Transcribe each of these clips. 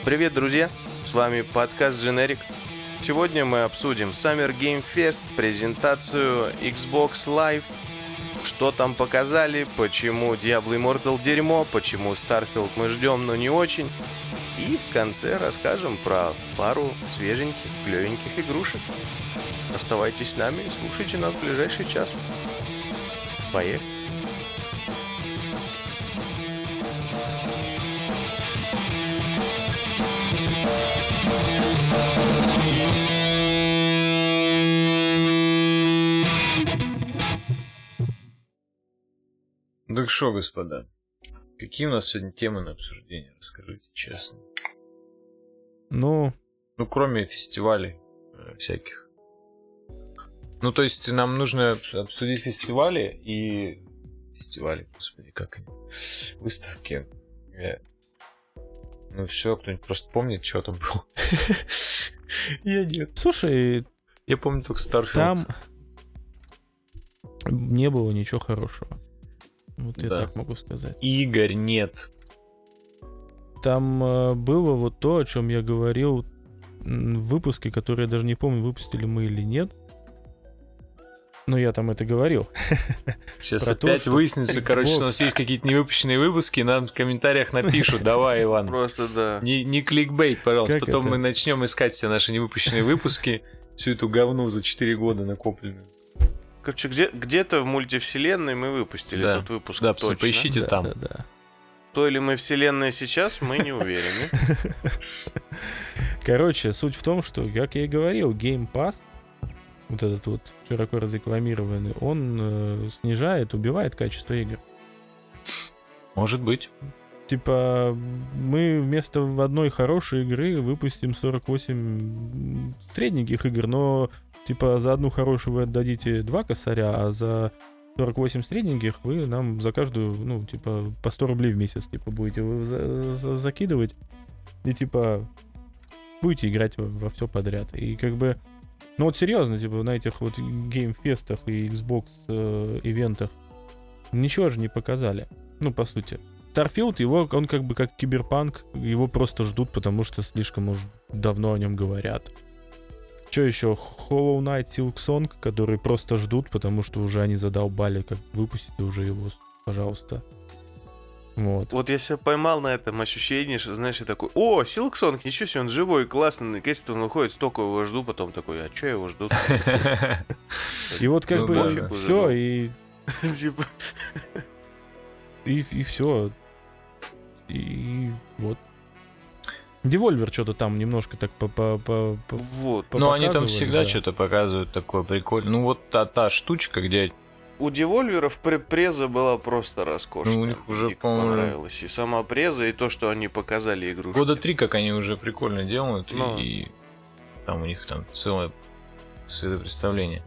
Привет, друзья! С вами подкаст Generic. Сегодня мы обсудим Summer Game Fest, презентацию Xbox Live, что там показали, почему Diablo Immortal дерьмо, почему Starfield мы ждем, но не очень. И в конце расскажем про пару свеженьких, клевеньких игрушек. Оставайтесь с нами и слушайте нас в ближайший час. Поехали! Так что, господа, какие у нас сегодня темы на обсуждение, расскажите честно. Ну, кроме фестивалей всяких. Ну, то есть нам нужно обсудить фестивали и... Фестивали, господи, как они? Выставки. Ну все, кто-нибудь просто помнит, что там было? Я нет. Слушай, я помню только Starfield. Там не было ничего хорошего. Вот я так могу сказать. Игорь, нет. Там было вот то, о чем я говорил в выпуске, который я даже не помню, выпустили мы или нет. Но я там это говорил. Сейчас опять выяснится, короче, что у нас есть какие-то невыпущенные выпуски, нам в комментариях напишут. Давай, Иван. Просто да. Не кликбейт, пожалуйста. Потом мы начнем искать все наши невыпущенные выпуски, всю эту говну за 4 года накопленную. Короче, где-то в мультивселенной мы выпустили этот выпуск. Да, точно. Поищите там. Да. В той ли мы вселенной сейчас, мы не уверены. Короче, суть в том, что, как я и говорил, Game Pass, вот этот вот широко разрекламированный, он снижает, убивает качество игр. Может быть. Типа, мы вместо одной хорошей игры выпустим 48 средненьких игр, но типа за одну хорошую вы отдадите 2 косаря, а за 48 средненьких вы нам за каждую, ну, типа, по 100 рублей в месяц, типа, будете вы закидывать и, типа, будете играть во все подряд. И как бы, ну вот серьезно, типа, на этих вот геймфестах и Xbox ивентах ничего же не показали. Ну, по сути. Starfield, он как бы как Киберпанк, его просто ждут, потому что слишком уж давно о нем говорят. Что еще? Hollow Knight Silksong, который просто ждут, потому что уже они задолбали, как выпустите уже его, пожалуйста. Вот я себя поймал на этом ощущении, что, знаешь, я такой: о, Silksong, ничего себе, он живой, классный, наконец-то он выходит, столько его жду, потом такой: а что его ждут? И вот как бы все, и... И все. И вот. Devolver что-то там немножко так вот. Ну, они там всегда что-то показывают такое прикольное. Ну, вот та штучка, где... У Девольверов преза была просто роскошная. Ну, у них уже, по-моему, понравилась. И сама преза, и то, что они показали игрушки. Года 3, как они уже прикольно делают, и там у них там целое светопредставление.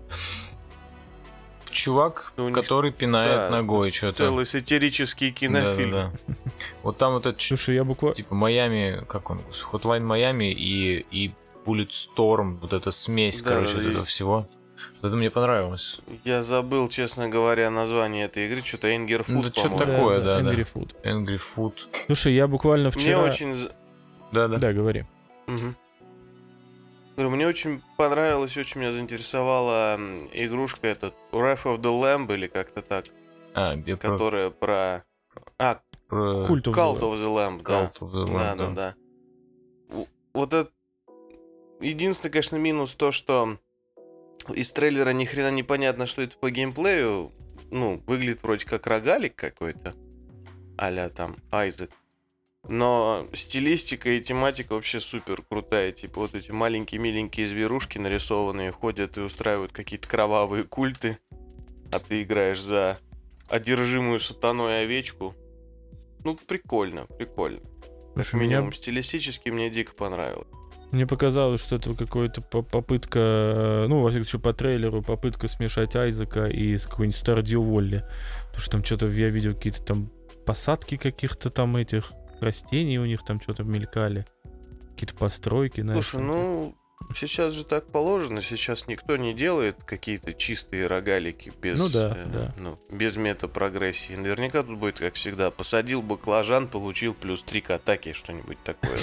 Чувак, который пинает ногой что-то. Целый сатирический кинофильм. Да. Вот там вот это... Слушай, я буквально... Типа Майами, как он? Hotline Miami и Bulletstorm, вот эта смесь, короче, вот этого всего. Вот это мне понравилось. Я забыл, честно говоря, название этой игры. Что-то Angry Food, да, что-то такое, да. Angry Food. Слушай, я буквально вчера... Мне очень... Да, говори. Угу. Мне очень понравилось, очень меня заинтересовала игрушка этот Wrath of the Lamb или как-то так, которая про Cult of the Lamb, да. Вот это единственный, конечно, минус то, что из трейлера ни хрена не понятно, что это по геймплею. Ну, выглядит вроде как рогалик какой-то, а-ля там Айзек. Но стилистика и тематика вообще супер крутая. Типа вот эти маленькие миленькие зверушки нарисованные ходят и устраивают какие-то кровавые культы. А ты играешь за одержимую сатаной овечку. Ну, прикольно. Как минимум, стилистически мне дико понравилось. Мне показалось, что это какая-то попытка, ну, во всяком случае, по трейлеру, попытка смешать Айзека и с какой-нибудь Stardew Valley. Потому что там что-то я видел, какие-то там посадки каких-то там этих растений у них там что-то мелькали. Какие-то постройки. Слушай, Сейчас же так положено, сейчас никто не делает какие-то чистые рогалики без, без метапрогрессии. Наверняка тут будет, как всегда, посадил баклажан, получил плюс 3 к атаке, что-нибудь такое.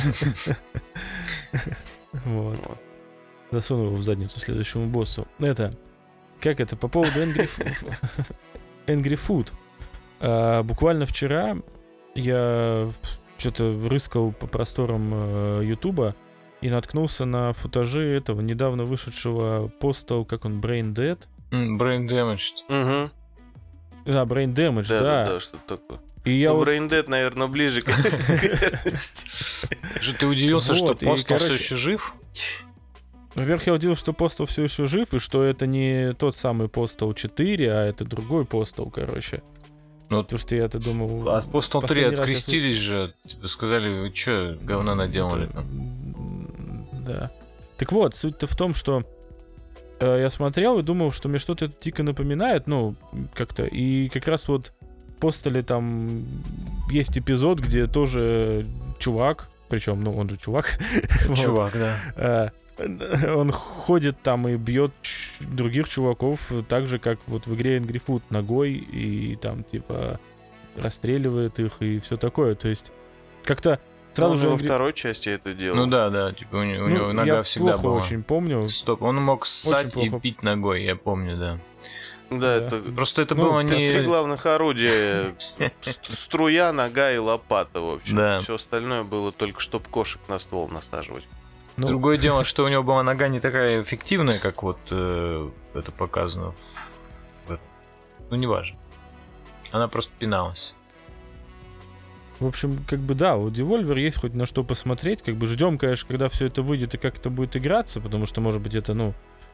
Вот. Засуну его в задницу следующему боссу. Как это, по поводу Angry Food. Буквально вчера я что-то рыскал по просторам Ютуба и наткнулся на футажи этого недавно вышедшего поста, как он, Brain Dead? Brain Damaged. Угу. Да, Brain Damaged, да. Да, что-то такое. И я Brain Dead, наверное, ближе к реальности. Ты удивился, что Постал все еще жив? Во-первых, я удивился, что Постал все еще жив, и что это не тот самый Postal 4, а это другой Postal, короче. Ну, потому что я-то думал... От Postal 3 открестились же, тебе сказали, вы что, говна наделали там? Да. Так вот, суть-то в том, что я смотрел и думал, что мне что-то это дико напоминает, ну, как-то. И как раз вот в Постале там есть эпизод, где тоже чувак, причем, ну, он же чувак. Чувак, да. Он ходит там и бьет других чуваков так же, как вот в игре Angry Food ногой, и там, типа, расстреливает их и все такое. То есть, как-то сразу же... во второй части это делал. Ну да, типа у него нога всегда была. Я очень помню. Стоп, он мог ссать и бить ногой, я помню, да. Да, это... Просто это было не... Три главных орудия. Струя, нога и лопата, в общем. Да. Все остальное было только, чтоб кошек на ствол насаживать. Другое дело, что у него была нога не такая эффективная, как вот это показано. Ну, неважно. Она просто пиналась. В общем, как бы да, у Devolver есть хоть на что посмотреть. Как бы ждем, конечно, когда все это выйдет и как это будет играться, потому что, может быть, это,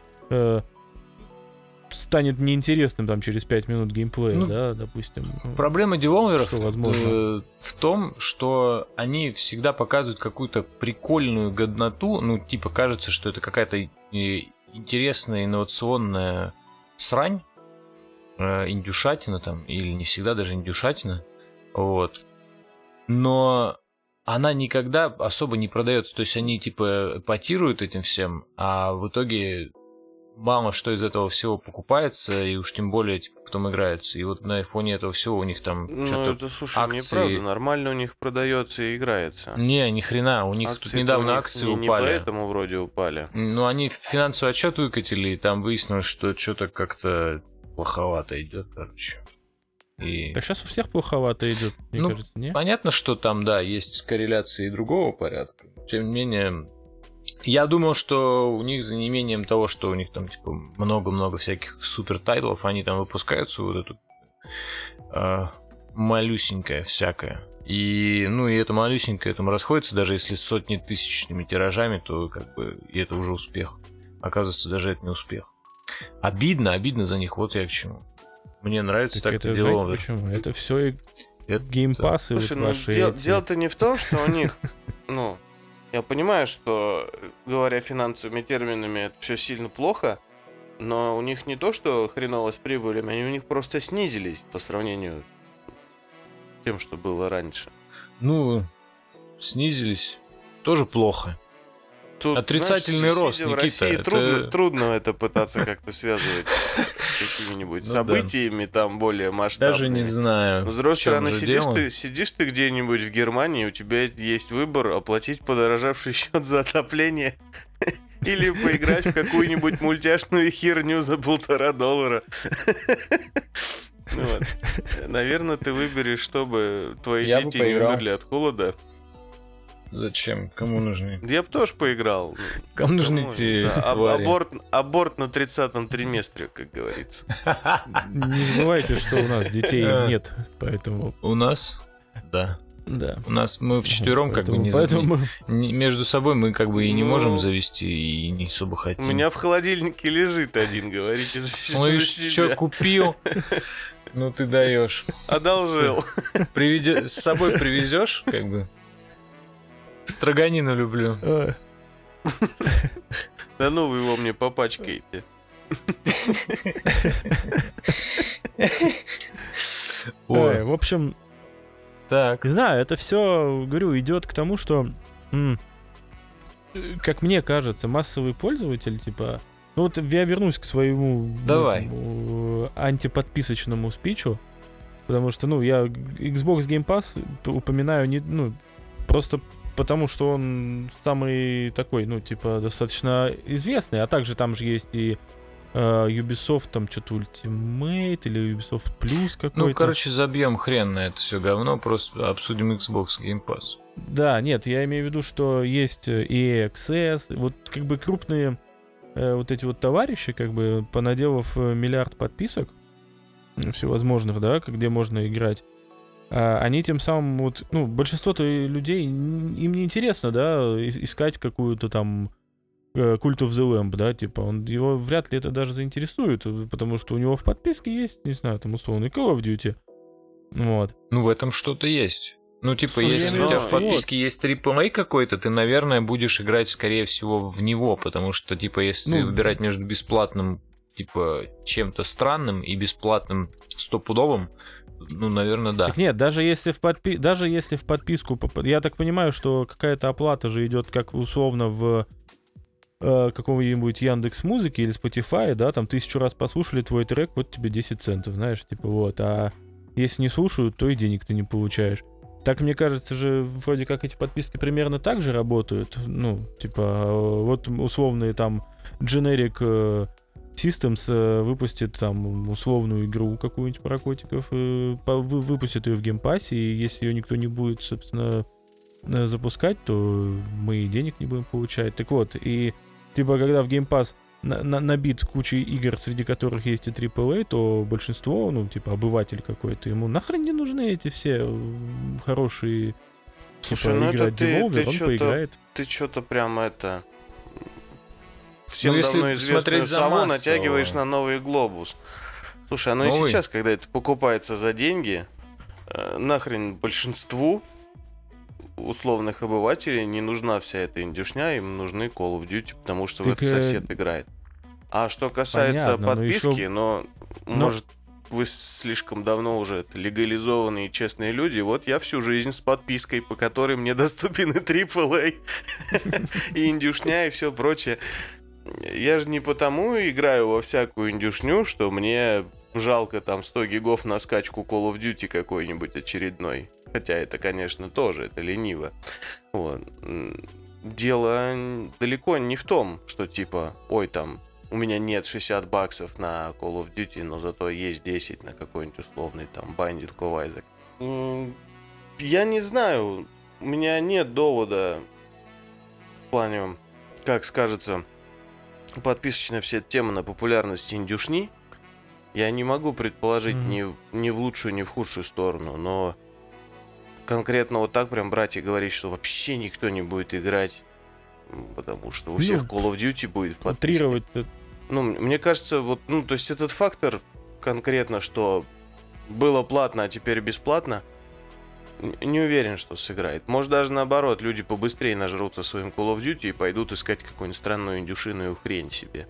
станет неинтересным там через 5 минут геймплея, да, допустим. Проблема Devolver в том, что они всегда показывают какую-то прикольную годноту, ну, типа, кажется, что это какая-то интересная, инновационная срань, индюшатина там, или не всегда даже индюшатина, вот. Но она никогда особо не продается, то есть они, типа, эпатируют этим всем, а в итоге... мало что из этого всего покупается, и уж тем более типа, потом играется. И вот на фоне этого всего у них там что-то это, слушай, акции... неправда, нормально у них продается и играется. Не, ни хрена, у них акции тут недавно акции упали. Не поэтому вроде упали. Ну, они финансовый отчет выкатили, и там выяснилось, что что-то как-то плоховато идет, короче. И... Да сейчас у всех плоховато идет, мне кажется, не? Понятно, что там, да, есть корреляции другого порядка. Тем не менее... Я думал, что у них за неимением того, что у них там типа много-много всяких супер тайтлов, они там выпускаются вот эту малюсенькое всякое. И, и это малюсенькое там расходится, даже если с сотни тысячными тиражами, то как бы и это уже успех. Оказывается, даже это не успех. Обидно за них, вот я к чему. Мне нравится так это дело. Почему? Это все геймпасы вот ваши. Дело-то не в том, что у них, я понимаю, что, говоря финансовыми терминами, это все сильно плохо, но у них не то, что хреново с прибылями, они у них просто снизились по сравнению с тем, что было раньше. Снизились. Тоже плохо. Тут, отрицательный рост, Никита. В России трудно это пытаться как-то связывать с какими-нибудь событиями там более масштабными. Даже не знаю. С другой стороны, сидишь ты где-нибудь в Германии, у тебя есть выбор оплатить подорожавший счет за отопление или поиграть в какую-нибудь мультяшную херню за $1,5. Наверное, ты выберешь, чтобы твои дети не умерли от холода. Зачем? Кому нужны? Я бы тоже поиграл. Кому нужны эти аборт на 30-м триместре, как говорится. Не забывайте, что у нас детей нет, поэтому... У нас? Да. Да. У нас мы вчетвером как бы не между собой мы как бы и не можем завести, и не особо хотим. У меня в холодильнике лежит один, говорите за себя. Ну и что, купил? Ну ты даешь. Одолжил. С собой привезешь, как бы? Строганину люблю. Да ну вы его мне попачкаете. В общем, так. Не знаю, это все, говорю, идет к тому, что как мне кажется, массовый пользователь, типа... Ну вот я вернусь к своему антиподписочному спичу, потому что, я Xbox Game Pass упоминаю просто потому, что он самый такой, достаточно известный, а также там же есть и Ubisoft, там что-то Ultimate или Ubisoft Plus какой-то. Забьем хрен на это все говно, просто обсудим Xbox Game Pass. Да, нет, я имею в виду, что есть EA Access, вот как бы крупные вот эти вот товарищи, как бы понаделав миллиард подписок всевозможных, да, где можно играть, они тем самым большинство-то людей, им не интересно, да, искать какую-то там Cult of the Lamb, да, типа, его вряд ли это даже заинтересует, потому что у него в подписке есть, не знаю, там условный Call of Duty, вот. В этом что-то есть. Если у тебя в подписке есть AAA какой-то, ты, наверное, будешь играть, скорее всего, в него, потому что, если выбирать между бесплатным, чем-то странным и бесплатным стопудовым, наверное, да. Так нет, даже если в подписку... Я так понимаю, что какая-то оплата же идет, как условно в какого-нибудь Яндекс.Музыки или Spotify, да, там 1000 раз послушали твой трек, вот тебе 10 центов, знаешь, а если не слушают, то и денег ты не получаешь. Так, мне кажется же, вроде как эти подписки примерно так же работают. Вот условные там Generic Systems выпустит там условную игру какую-нибудь про котиков, выпустит ее в геймпассе, и если ее никто не будет, собственно, запускать, то мы и денег не будем получать. Так вот, и когда в геймпасс набит кучей игр, среди которых есть и AAA, то большинство, обыватель какой-то, ему нахрен не нужны эти все хорошие играть Devolver, он поиграет. Ты что-то прям всем давно известную сову натягиваешь на новый глобус. Слушай, и сейчас, когда это покупается за деньги, нахрен большинству условных обывателей не нужна вся эта индюшня, им нужны Call of Duty, потому что в это сосед играет. А что касается подписки, может, вы слишком давно уже легализованные и честные люди, вот я всю жизнь с подпиской, по которой мне доступен и AAA, и индюшня, и все прочее. Я же не потому играю во всякую индюшню, что мне жалко там 100 гигов на скачку Call of Duty какой-нибудь очередной. Хотя это, конечно, тоже, это лениво. Вот. Дело далеко не в том, что у меня нет $60 на Call of Duty, но зато есть 10 на какой-нибудь условный там Binding of Isaac. Я не знаю, у меня нет довода в плане, как скажется, подписочная вся тема на популярность индюшни. Я не могу предположить ни в лучшую, ни в худшую сторону, но конкретно вот так прям брать и говорить, что вообще никто не будет играть, потому что у всех Call of Duty будет в подписке. Мне кажется, то есть этот фактор конкретно, что было платно, а теперь бесплатно, не уверен, что сыграет. Может, даже наоборот, люди побыстрее нажрутся своим Call of Duty и пойдут искать какую-нибудь странную индюшиную хрень себе.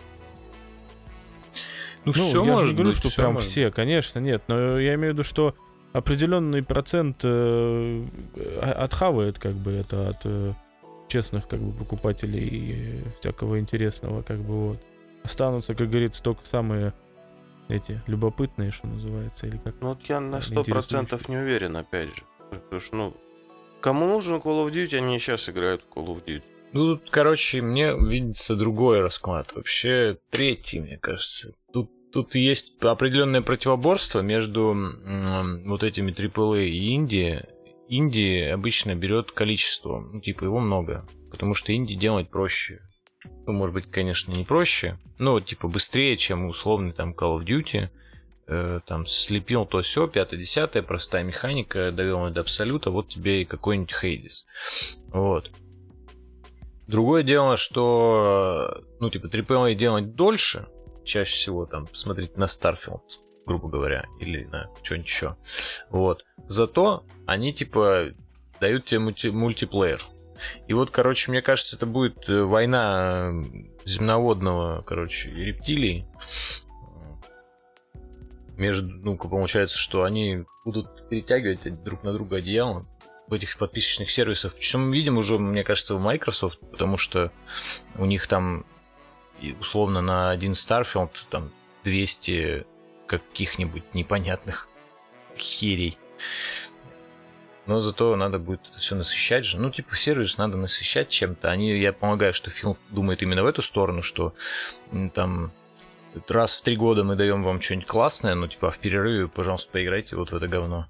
Все я же не говорю, что прям все, конечно, нет. Но я имею в виду, что определенный процент отхавает это от честных покупателей и всякого интересного вот. Останутся, как говорится, только самые эти любопытные, что называется, или как. Я на 100% не уверен, опять же. Потому что, кому нужен Call of Duty, они сейчас играют в Call of Duty. Мне видится другой расклад. Вообще, третий, мне кажется. Тут есть определенное противоборство между вот этими AAA и инди. Инди обычно берет количество, его много, потому что инди делать проще. Может быть, конечно, не проще, но быстрее, чем условный там Call of Duty. Там слепил то сё, 5-10, простая механика, довел до абсолюта, вот тебе и какой-нибудь Hades. Вот. Другое дело, что AAA делать дольше, чаще всего там посмотреть на Starfield, грубо говоря, или на что-нибудь еще. Вот. Зато они дают тебе мультиплеер. И мне кажется, это будет война земноводного, рептилий. Получается, что они будут перетягивать друг на друга одеяло. в этих подписочных сервисах. Причем мы видим уже, мне кажется, в Microsoft, потому что у них там условно на один Starfield там 200 каких-нибудь непонятных херей. Но зато надо будет это все насыщать же. Ну, типа, сервис надо насыщать чем-то. Я полагаю, что Фил думает именно в эту сторону, что там раз в 3 года мы даем вам что-нибудь классное, ну, типа, в перерыве, пожалуйста, поиграйте вот в это говно.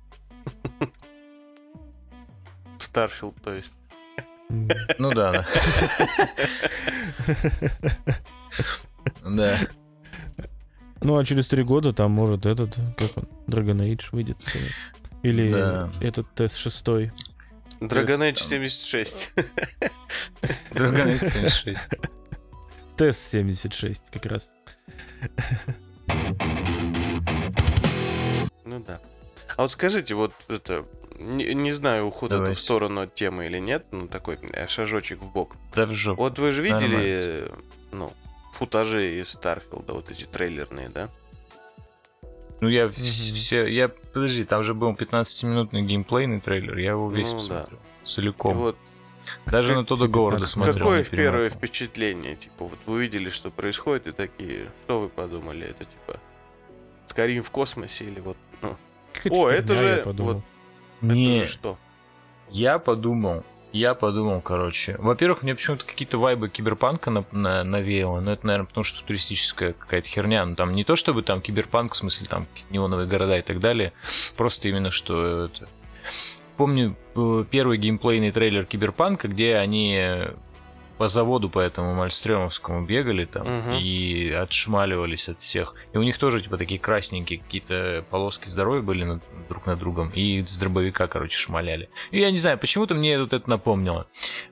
Starfield, то есть. Ну да. Да. Ну, а через 3 года там может этот, как он, Dragon Age выйдет. Или этот TES-6. Dragon Age 76. Dragon Age 76. TES-76 как раз. Ну да. А вот скажите, вот это... Не знаю, уход это в сторону от темы или нет, ну такой шажочек в бок. Да в жопу. Вот вы же видели, ну, футажи из Старфилда, вот эти трейлерные, да? Ну, подожди, там же был 15-минутный геймплейный трейлер, я его весь посмотрел. Целиком. Вот, даже на Тодда Говарда смотрел. Какое первое впечатление? Типа, вот вы увидели, что происходит, и такие, что вы подумали? Это типа Skyrim в космосе или вот, ну... О, это же... Вот, не, это же что? Я подумал, короче. Во-первых, мне почему-то какие-то вайбы киберпанка навеяло, но это, наверное, потому что туристическая какая-то херня. Ну, там не то, чтобы там киберпанк, в смысле, там неоновые города и так далее, просто именно, что это... Помню первый геймплейный трейлер киберпанка, где они по заводу по этому Мальстрёмовскому бегали там и отшмаливались от всех. И у них тоже типа такие красненькие какие-то полоски здоровья были друг над другом. И с дробовика, короче, шмаляли. И я не знаю, почему-то мне вот это напомнило.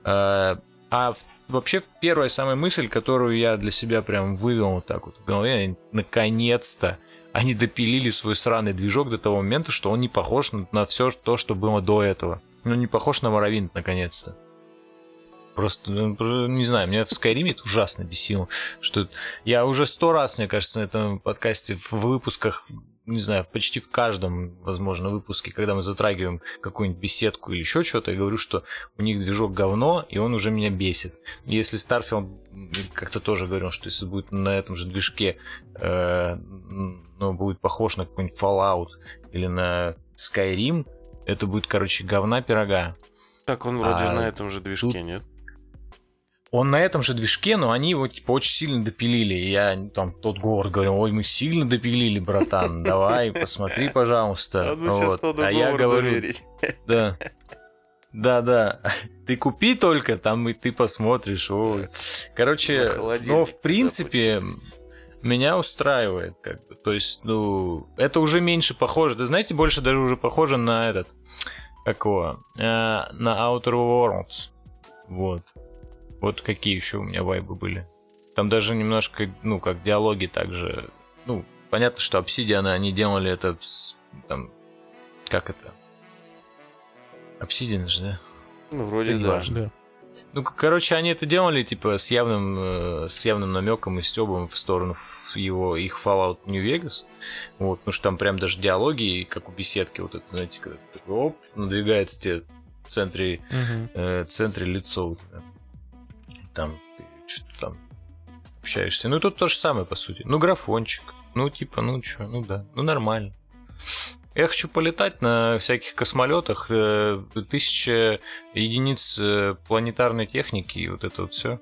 Вообще первая самая мысль, которую я для себя прям вывел вот так вот в голове, наконец-то они допилили свой сраный движок до того момента, что он не похож на все то, что было до этого. Ну, не похож на Morrowind, наконец-то. Просто, не знаю, меня в Skyrim это ужасно бесило, что я уже 100 раз, мне кажется, на этом подкасте в выпусках, не знаю, почти в каждом, возможно, выпуске, когда мы затрагиваем какую-нибудь беседку или еще что-то, я говорю, что у них движок говно, и он уже меня бесит. И если Starfield, как-то тоже говорил, что если будет на этом же движке, ну, будет похож на какой-нибудь Fallout или на Skyrim, это будет, короче, говна пирога. Так он вроде на этом же движке, тут... нет? Он на этом же движке, но они его типа очень сильно допилили. И я там тот Говард говорил: ой, мы сильно допилили, братан, давай, посмотри, пожалуйста. Надо сейчас Тодду Говарду верить. Да. Ты купи только, там и ты посмотришь. Ой. Короче, но в принципе меня устраивает, как бы. То есть, ну, это уже меньше похоже. Да знаете, больше даже уже похоже на этот, какого? На Outer Worlds. Вот какие еще у меня вайбы были. Там даже немножко, ну, как диалоги также. Ну, понятно, что Obsidian, они делали это там, как это? Obsidian же, да? Ну, вроде да. Ну, короче, они это делали, типа, с явным намеком и стёбом в сторону их Fallout New Vegas. Вот, потому что там прям даже диалоги, как у беседки, вот это, знаете, когда оп, надвигается тебе в центре лицо. Вот, да. Там ты что-то там общаешься. Ну, тут то же самое, по сути. Ну, графончик. Ну, типа, ну, чё, ну, да. Ну, нормально. Я хочу полетать на всяких космолетах, 1000 единиц планетарной техники и вот это вот все.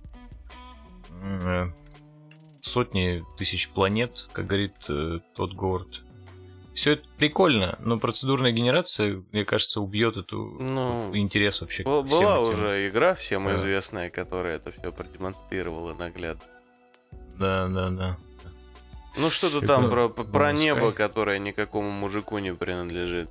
Сотни тысяч планет, как говорит тот Говард. Все это прикольно, но процедурная генерация, мне кажется, убьет эту интерес вообще. Была уже игра всем известная, которая это все продемонстрировала наглядно. Да. Ну что-то там про небо, которое никакому мужику не принадлежит.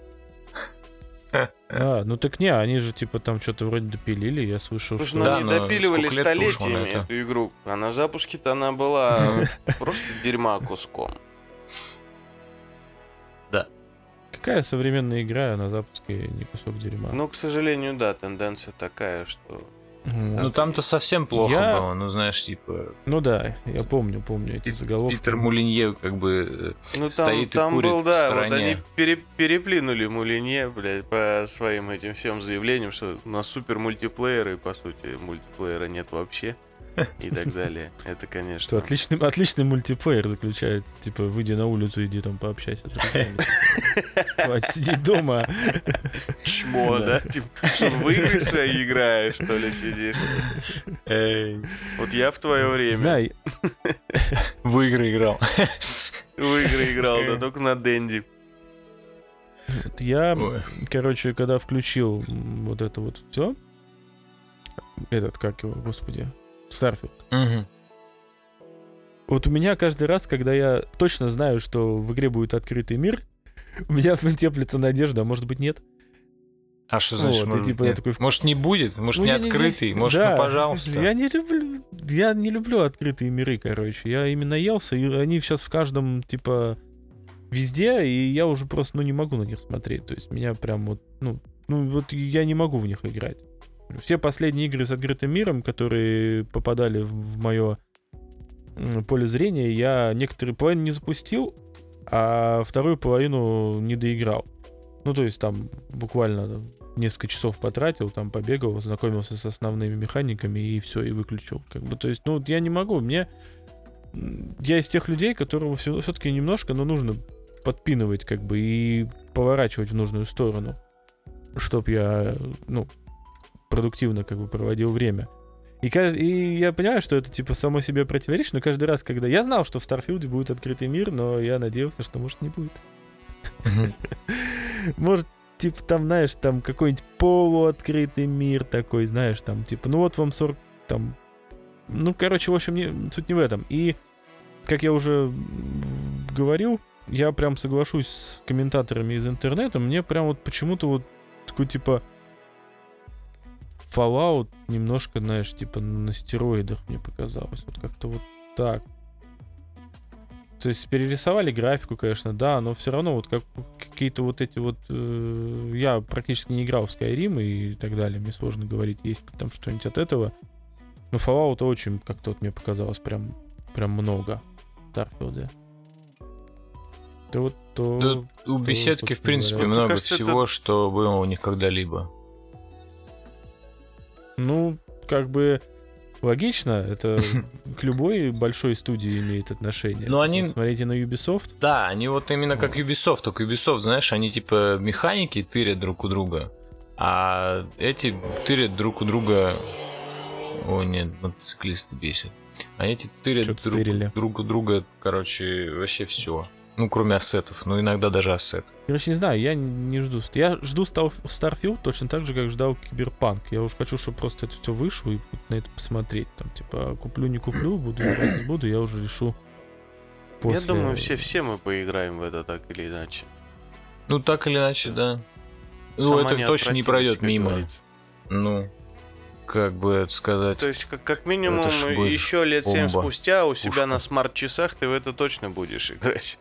Ну так не, они же типа там что-то вроде допилили, я слышал. Слушай, что... они допиливали столетиями эту игру, а на запуске-то она была просто дерьма куском. Да. Какая современная игра на запуске не кусок дерьма? Ну, к сожалению, да, тенденция такая, что Ну там-то совсем плохо было, ну знаешь, типа... Ну да, я помню эти заголовки. Питер Мулинье как бы стоит и курит в стороне. Вот они переплюнули Мулинье, блядь, по своим этим всем заявлениям, что у нас супер мультиплееры, по сути, мультиплеера нет вообще. И так далее. Это, конечно... Отличный мультиплеер заключается. Типа, выйди на улицу, иди там пообщайся с друзьями. Хватит сидеть дома. Чмо, да? Типа, что, в игры свои играешь, что ли, сидишь? Вот я в твое время... Знай. В игры играл. В игры играл, да, только на Денди. Я, короче, когда включил вот это вот все, как его, господи, Starfield. Угу. Вот у меня каждый раз, когда я точно знаю, что в игре будет открытый мир, у меня теплится надежда, а может быть нет. А что значит, вот, может, типа, нет? Такой... Может не будет, может не открытый, может да, ну пожалуйста. Я не люблю открытые миры, короче. Я именно наелся, и они сейчас в каждом, типа, везде, и я уже просто, не могу на них смотреть. То есть меня прям вот, вот я не могу в них играть. Все последние игры с открытым миром, которые попадали в мое поле зрения, я некоторые половину не запустил, а вторую половину не доиграл. Ну, то есть там буквально несколько часов потратил, там побегал, ознакомился с основными механиками и все, и выключил. Как бы, то есть, я не могу. Я из тех людей, которого все-таки немножко, но нужно подпинывать, как бы, и поворачивать в нужную сторону, чтоб я, продуктивно как бы проводил время. И я понимаю, что это типа само себе противоречит, но каждый раз, когда... Я знал, что в Starfield будет открытый мир, но я надеялся, что, может, не будет. Может, типа, там, знаешь, там какой-нибудь полуоткрытый мир такой, знаешь, там, типа, вот вам 40... Там... короче, в общем, суть не в этом. И, как я уже говорил, я прям соглашусь с комментаторами из интернета, мне прям вот почему-то вот такой, типа... Fallout немножко, знаешь, типа на стероидах мне показалось. Вот как-то вот так. То есть перерисовали графику, конечно, да, но все равно вот как какие-то вот эти вот... я практически не играл в Skyrim и так далее. Мне сложно говорить, есть ли там что-нибудь от этого. Но Fallout очень как-то вот мне показалось прям много в Starfield. У беседки, в принципе, много кажется, всего, что было у них когда-либо. Как бы логично, это к любой большой студии имеет отношение. Но они... Смотрите на Ubisoft. Да, они вот именно как Ubisoft, только Ubisoft, знаешь, они типа механики тырят друг у друга, а эти тырят друг у друга... О, нет, мотоциклисты бесят. А эти тырят друг у друга, короче, вообще все. Кроме ассетов, иногда даже ассет. Короче, не знаю, я не жду. Я жду Starfield точно так же, как ждал Киберпанк. Я уж хочу, чтобы просто это все вышло и на это посмотреть. Там, типа, куплю, не куплю, буду играть, не буду, я уже решу после... Я думаю, все мы поиграем в это так или иначе. Так или иначе, да. Это точно не пройдет мимо. Говорится. Как бы это сказать. То есть, как минимум, еще лет 7 спустя у себя на смарт-часах ты в это точно будешь играть.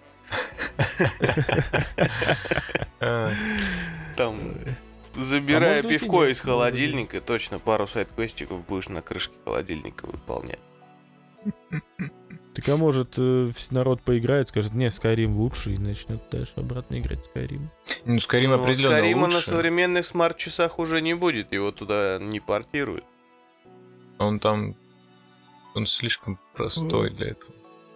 Там, забирая пивко из холодильника, точно пару сайд-квестиков будешь на крышке холодильника выполнять. Так а может народ поиграет, скажет, не, Skyrim лучше, и начнет дальше обратно играть в Skyrim. Skyrim определенно лучше. Skyrim на современных смарт-часах уже не будет, его туда не портируют. Он слишком простой для этого.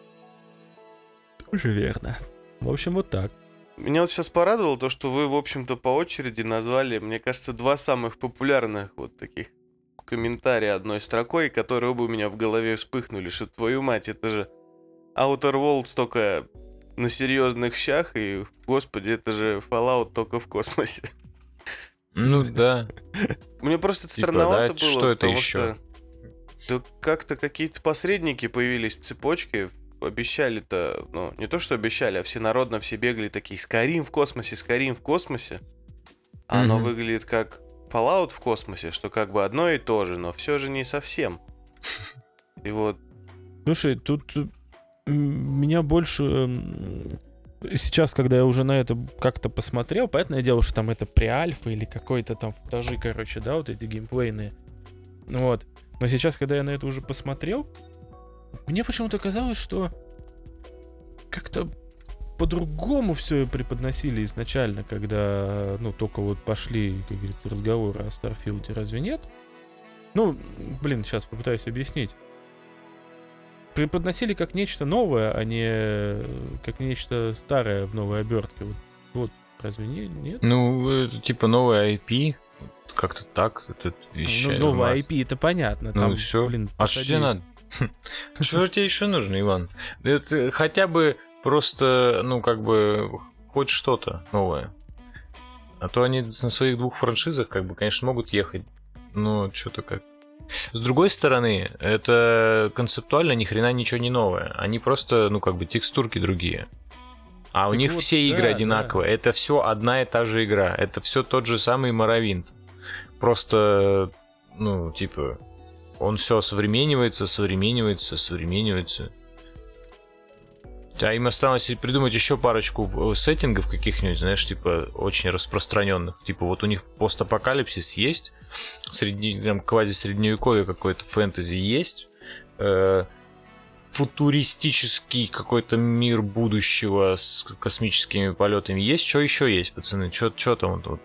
Тоже верно. В общем, вот так. Меня вот сейчас порадовало то, что вы, в общем-то, по очереди назвали, мне кажется, 2 самых популярных вот таких комментария одной строкой, которые оба у меня в голове вспыхнули, что твою мать, это же Outer Worlds только на серьезных щах, и, господи, это же Fallout только в космосе. Да. Мне просто странновато было, что это потому еще? Что как-то какие-то посредники появились, цепочки, обещали-то, не то что обещали, а всенародно все бегали такие, Skyrim в космосе, а оно выглядит как Fallout в космосе, что как бы одно и то же, но все же не совсем. И вот... Слушай, тут меня больше... Сейчас, когда я уже на это как-то посмотрел, понятное дело, что там это преальфа или какой-то там футажи, короче, да, вот эти геймплейные. Вот. Но сейчас, когда я на это уже посмотрел, мне почему-то казалось, что как-то по-другому все преподносили изначально, когда, ну, только вот пошли, как говорится, разговоры о Старфилде, разве нет? Ну, блин, сейчас попытаюсь объяснить. Преподносили как нечто новое, а не как нечто старое в новой обертке. Вот разве нет? Ну, это типа новый IP, как-то так, это вещай. Ну, новый IP, это понятно. Там, ну, все. Блин, а что тебе надо? Что тебе еще нужно, Иван? Это хотя бы просто, ну, как бы, хоть что-то новое. А то они на своих 2 франшизах, как бы, конечно, могут ехать. Но что-то как. С другой стороны, это концептуально ни хрена ничего не новое. Они просто, ну, как бы, текстурки другие. А у них вот, все игры одинаковые. Да. Это все одна и та же игра. Это все тот же самый Morrowind. Просто, ну, типа, он все современнивается. А им осталось придумать еще парочку сеттингов каких-нибудь, знаешь, типа, очень распространенных. Типа, вот у них постапокалипсис есть, там, квази-средневековье какое-то, фэнтези есть, футуристический какой-то мир будущего с космическими полетами есть. Что еще есть, пацаны? Что там вот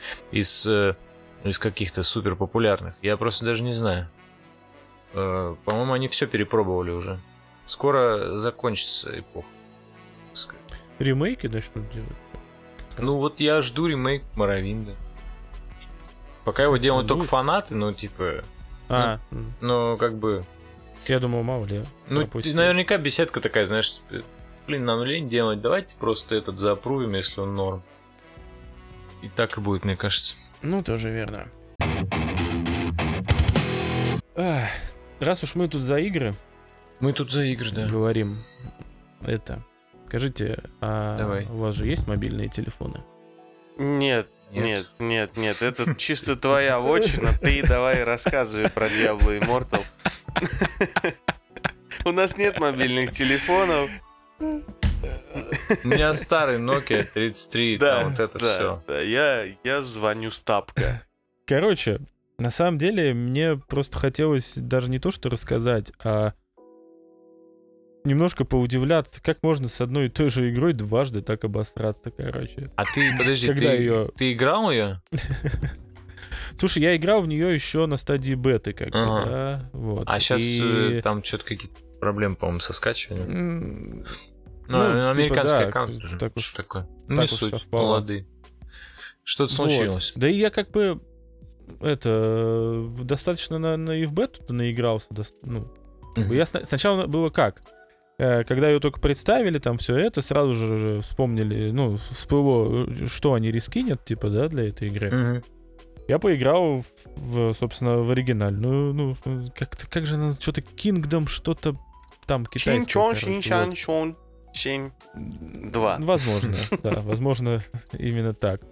из каких-то супер популярных? Я просто даже не знаю. По-моему, они все перепробовали уже. Скоро закончится эпоха. Ремейки начнут делать? Ну вот я жду ремейк Morrowind'а. Пока его делают только фанаты, ну типа... Ну как бы... Я думал, мало ли. Ну наверняка беседка такая, знаешь, блин, нам лень делать, давайте просто этот заапрувим, если он норм. И так и будет, мне кажется. Ну, тоже верно. Раз уж мы тут за игры... да. Говорим. Скажите, Давай. У вас же есть мобильные телефоны? Нет. Это чисто твоя вотчина. Ты давай рассказывай про Diablo Immortal. У нас нет мобильных телефонов. У меня старый Nokia 33, там вот это все. Да, я звоню с тапка. Короче, на самом деле, мне просто хотелось даже не то, что рассказать, а немножко поудивляться, как можно с одной и той же игрой дважды так обосраться, короче. А ты, подожди, ты играл ее? Слушай, я играл в нее еще на стадии беты, как бы, да. Вот. А сейчас там что-то какие-то проблемы, по-моему, со скачиванием. Ну, американский аккаунт уже. Так уж такое. Не суть, совпало. молодые. Что-то случилось. Да и я как бы достаточно на ивбету-то наигрался. Я сначала было как? Когда ее только представили, там все это, сразу же вспомнили, всплыло, что они рискинят, типа, да, для этой игры. Я поиграл, собственно, в оригинальную, как же она, что-то Kingdom, что-то там китайское. Чин 2. Возможно, да, возможно, именно так.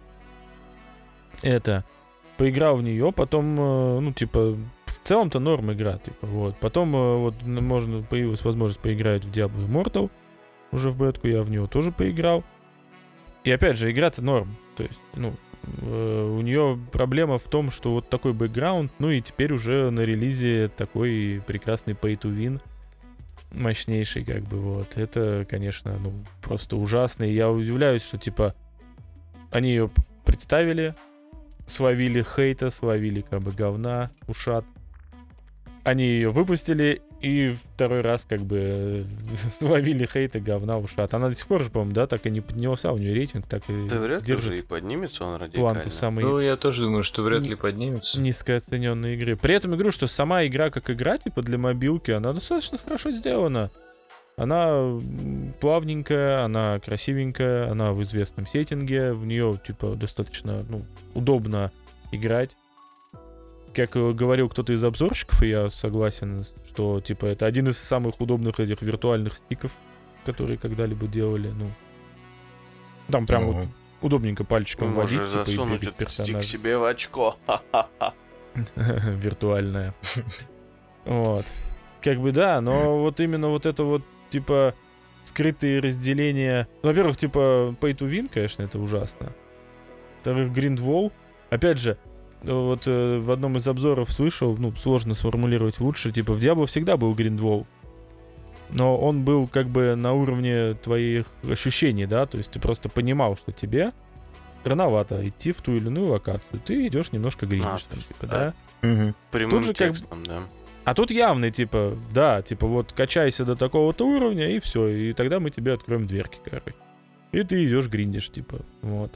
Поиграл в нее, потом, в целом-то норм игра, вот. Потом появилась возможность поиграть в Diablo Immortal, уже в бетку, я в нее тоже поиграл. И опять же, игра-то норм, то есть, у нее проблема в том, что вот такой бэкграунд, и теперь уже на релизе такой прекрасный pay-to-win, мощнейший, как бы, вот. Это, конечно, просто ужасно, и я удивляюсь, что, они ее представили, словили хейта, словили как бы говна, ушат. Они ее выпустили, и второй раз как бы словили хейта, говна, ушат. Она до сих пор же, по-моему, да, так и не поднялся, у нее рейтинг так и да вряд ли держит. И поднимется он радикально. Планку самой я тоже думаю, что вряд ли поднимется. Низкооцененной игры. При этом игру, что сама игра как игра, для мобилки, она достаточно хорошо сделана. Она плавненькая, она красивенькая, она в известном сеттинге, в нее, достаточно, удобно играть. Как говорил кто-то из обзорщиков, и я согласен, что, это один из самых удобных этих виртуальных стиков, которые когда-либо делали, Там прям вот удобненько пальчиком водить, можешь засунуть этот стик себе в очко. Виртуальное. Вот. Как бы да, но вот именно вот это вот, скрытые разделения... Во-первых, pay to win, конечно, это ужасно. Во-вторых, Grindwall. Опять же, вот в одном из обзоров слышал, ну, сложно сформулировать лучше, типа, в Diablo всегда был гриндвол, но он был как бы на уровне твоих ощущений, да, то есть ты просто понимал, что тебе рановато идти в ту или иную локацию, ты идешь немножко гриндишь, там, типа, да. Прямым же текстом, да. А тут явный, типа, да, типа, вот качайся до такого-то уровня, и все, и тогда мы тебе откроем дверки, короче. И ты идешь гриндишь, типа, вот.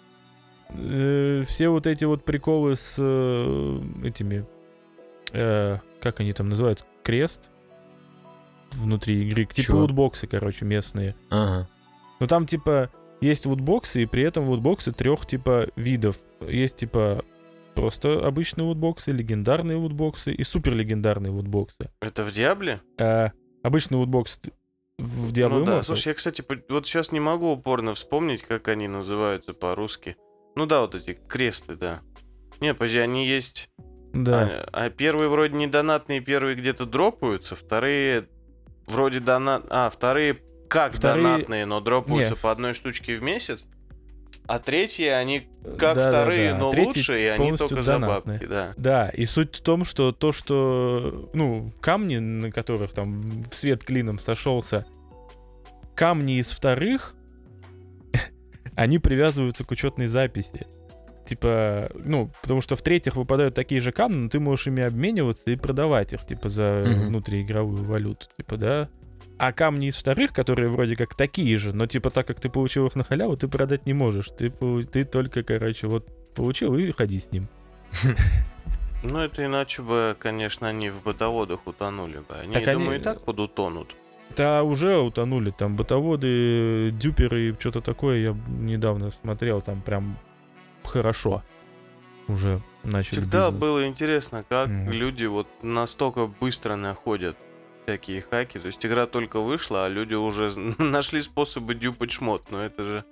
Все вот эти вот приколы с этими, как они там называют, крест внутри игры, типа лутбоксы, короче, местные. Ага. Но там, типа, есть лутбоксы, и при этом лутбоксы 3 типа видов. Есть, типа, просто обычные лутбоксы, легендарные лутбоксы и суперлегендарные лутбоксы. Это в Диабле? Обычный лутбокс в Diablo Ну да, Immortal. слушай, я, кстати, вот сейчас не могу упорно вспомнить, как они называются по-русски. Ну да, вот эти кресты, да. Не, подожди, они есть... Да. А первые вроде не донатные, первые где-то дропаются, вторые вроде вторые как донатные, но дропаются по одной штучке в месяц. А третьи, они как вторые, но лучше, и они только за бабки, да. Да, и суть в том, что то, что, ну, камни, на которых там свет клином сошелся, камни из вторых, они привязываются к учетной записи. Типа, ну, потому что в третьих выпадают такие же камни, но ты можешь ими обмениваться и продавать их, типа, за внутриигровую валюту, типа, да. А камни из вторых, которые вроде как такие же, но типа так как ты получил их на халяву, ты продать не можешь. Ты только, короче, вот получил и ходи с ним. Ну, это иначе бы, конечно, они в ботоводах утонули бы. Они, я думаю, и так подутонут. Да, уже утонули. Там ботоводы, дюперы и что-то такое. Я недавно смотрел, там прям хорошо уже начали Всегда бизнес. было интересно, как люди вот настолько быстро находят всякие хаки. То есть игра только вышла, а люди уже нашли способы дюпать шмот. Но это же,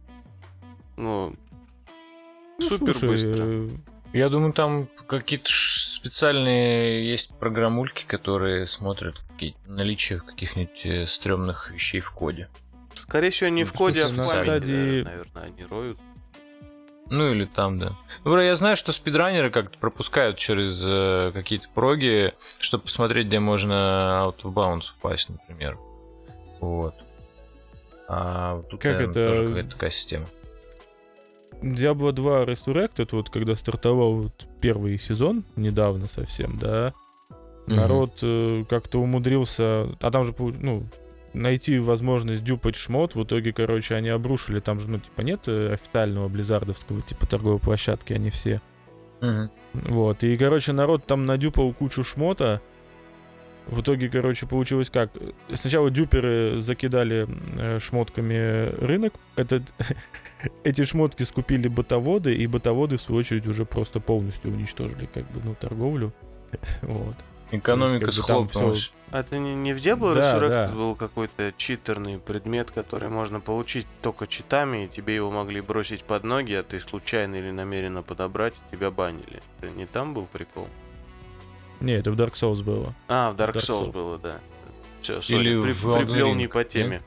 супер быстро. Я думаю, там какие-то специальные есть программульки, которые смотрят наличие каких-нибудь стрёмных вещей в коде. Скорее всего, не в коде, а в памяти, наверное, они роют. Ну или там, да. Ну, я знаю, что спидранеры как-то пропускают через какие-то проги, чтобы посмотреть, где можно out of bounds упасть, например. Вот. А тут, как наверное, это... тоже какая-то такая система. Diablo 2 Resurrected, вот когда стартовал вот первый сезон, недавно совсем, да, народ как-то умудрился... А там же, найти возможность дюпать шмот, в итоге, короче, они обрушили, там же, нет официального близзардовского, типа, торговой площадки, они все. Вот, и, короче, народ там надюпал кучу шмота, в итоге, короче, получилось как? Сначала дюперы закидали шмотками рынок, эти шмотки скупили ботоводы, и ботоводы, в свою очередь, уже просто полностью уничтожили, как бы, торговлю, вот. Экономика схлопнулась. А это не в Diablo Resurrected был какой-то читерный предмет, который можно получить только читами, и тебе его могли бросить под ноги, а ты случайно или намеренно подобрать, и тебя банили. Это не там был прикол? Не, это в Dark Souls было. А, в Dark Souls было, да. Все, или приплел не по теме.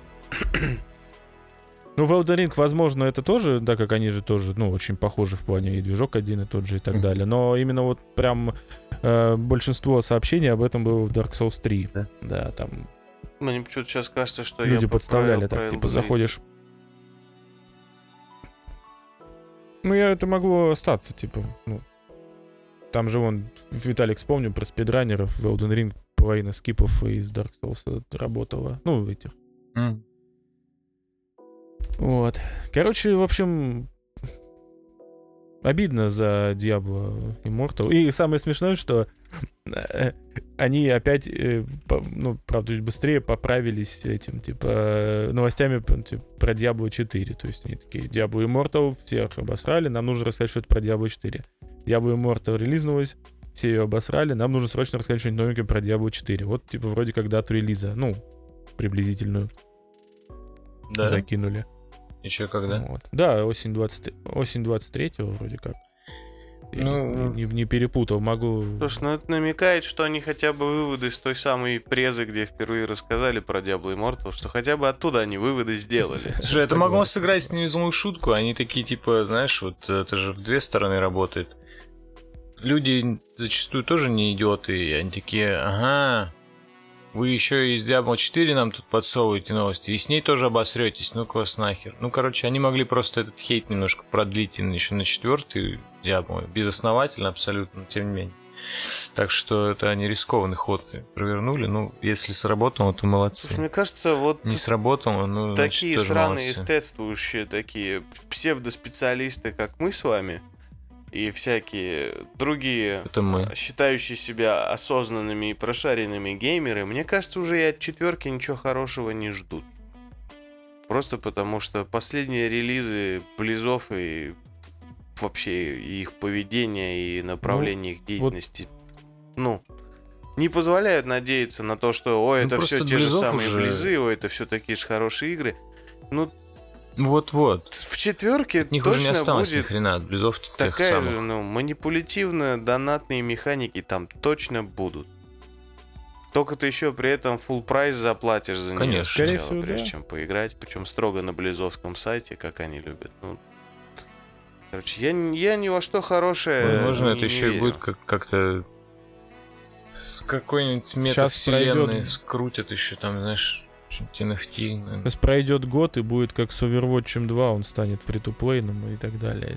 Ну, в Elden Ring, возможно, это тоже, да, как они же тоже, очень похожи в плане и движок один и тот же и так далее. Но именно вот прям большинство сообщений об этом было в Dark Souls 3. Да, там... Мне почему-то сейчас кажется, что люди подставляли так, типа, заходишь... это могло остаться, типа, Там же Виталик вспомнил про спидранеров, в Elden Ring половина скипов из Dark Souls работала. Этих. Вот. Короче, в общем, обидно за Diablo Immortal. И самое смешное, что они опять, правда, быстрее поправились этим, типа, новостями про Diablo 4. То есть они такие, Diablo Immortal, всех обосрали, нам нужно рассказать что-то про Diablo 4. Diablo Immortal релизнулась, все ее обосрали, нам нужно срочно рассказать что-нибудь новенькое про Diablo 4. Вот, типа, вроде как дату релиза, приблизительную закинули. Еще когда? Вот. Да, осень 23-го вроде как. Не перепутал, могу... Слушай, это намекает, что они хотя бы выводы с той самой презы, где впервые рассказали про Diablo Immortal, что хотя бы оттуда они выводы сделали. Слушай, это могло сыграть с ними злую шутку, они такие, типа, знаешь, вот это же в две стороны работает. люди зачастую тоже не идиоты, и они такие, ага, вы еще из Diablo 4 нам тут подсовываете новости, и с ней тоже обосретесь, ну-ка вас нахер. Ну, короче, они могли просто этот хейт немножко продлить еще на 4-й Diablo, безосновательно абсолютно, но тем не менее. Так что это они рискованный ход провернули. Ну, если сработало, то молодцы. Слушай, мне кажется, вот не сработало, ну, такие значит, сраные молодцы. эстетствующие, такие псевдоспециалисты, как мы с вами, и всякие другие, считающие себя осознанными и прошаренными геймеры, мне кажется, уже и от 4 ничего хорошего не ждут. Просто потому, что последние релизы Близов и вообще их поведение и направление их деятельности, не позволяют надеяться на то, что, ой, это все те же самые Близы, ой, это все такие же хорошие игры. Вот-вот. В 4 них точно уже не осталось будет ни хрена от Близов такая же, манипулятивно-донатные механики там точно будут. Только ты еще при этом full прайс заплатишь за нее сначала, прежде чем поиграть, причем строго на близовском сайте, как они любят. Короче, я ни во что хорошее возможно, не это еще верю. и будет как-то с какой-нибудь метавселенной скрутят еще там, знаешь, что-нибудь NFT. Сейчас пройдет год, и будет как с Overwatch 2, он станет фри-то-плейным и так далее.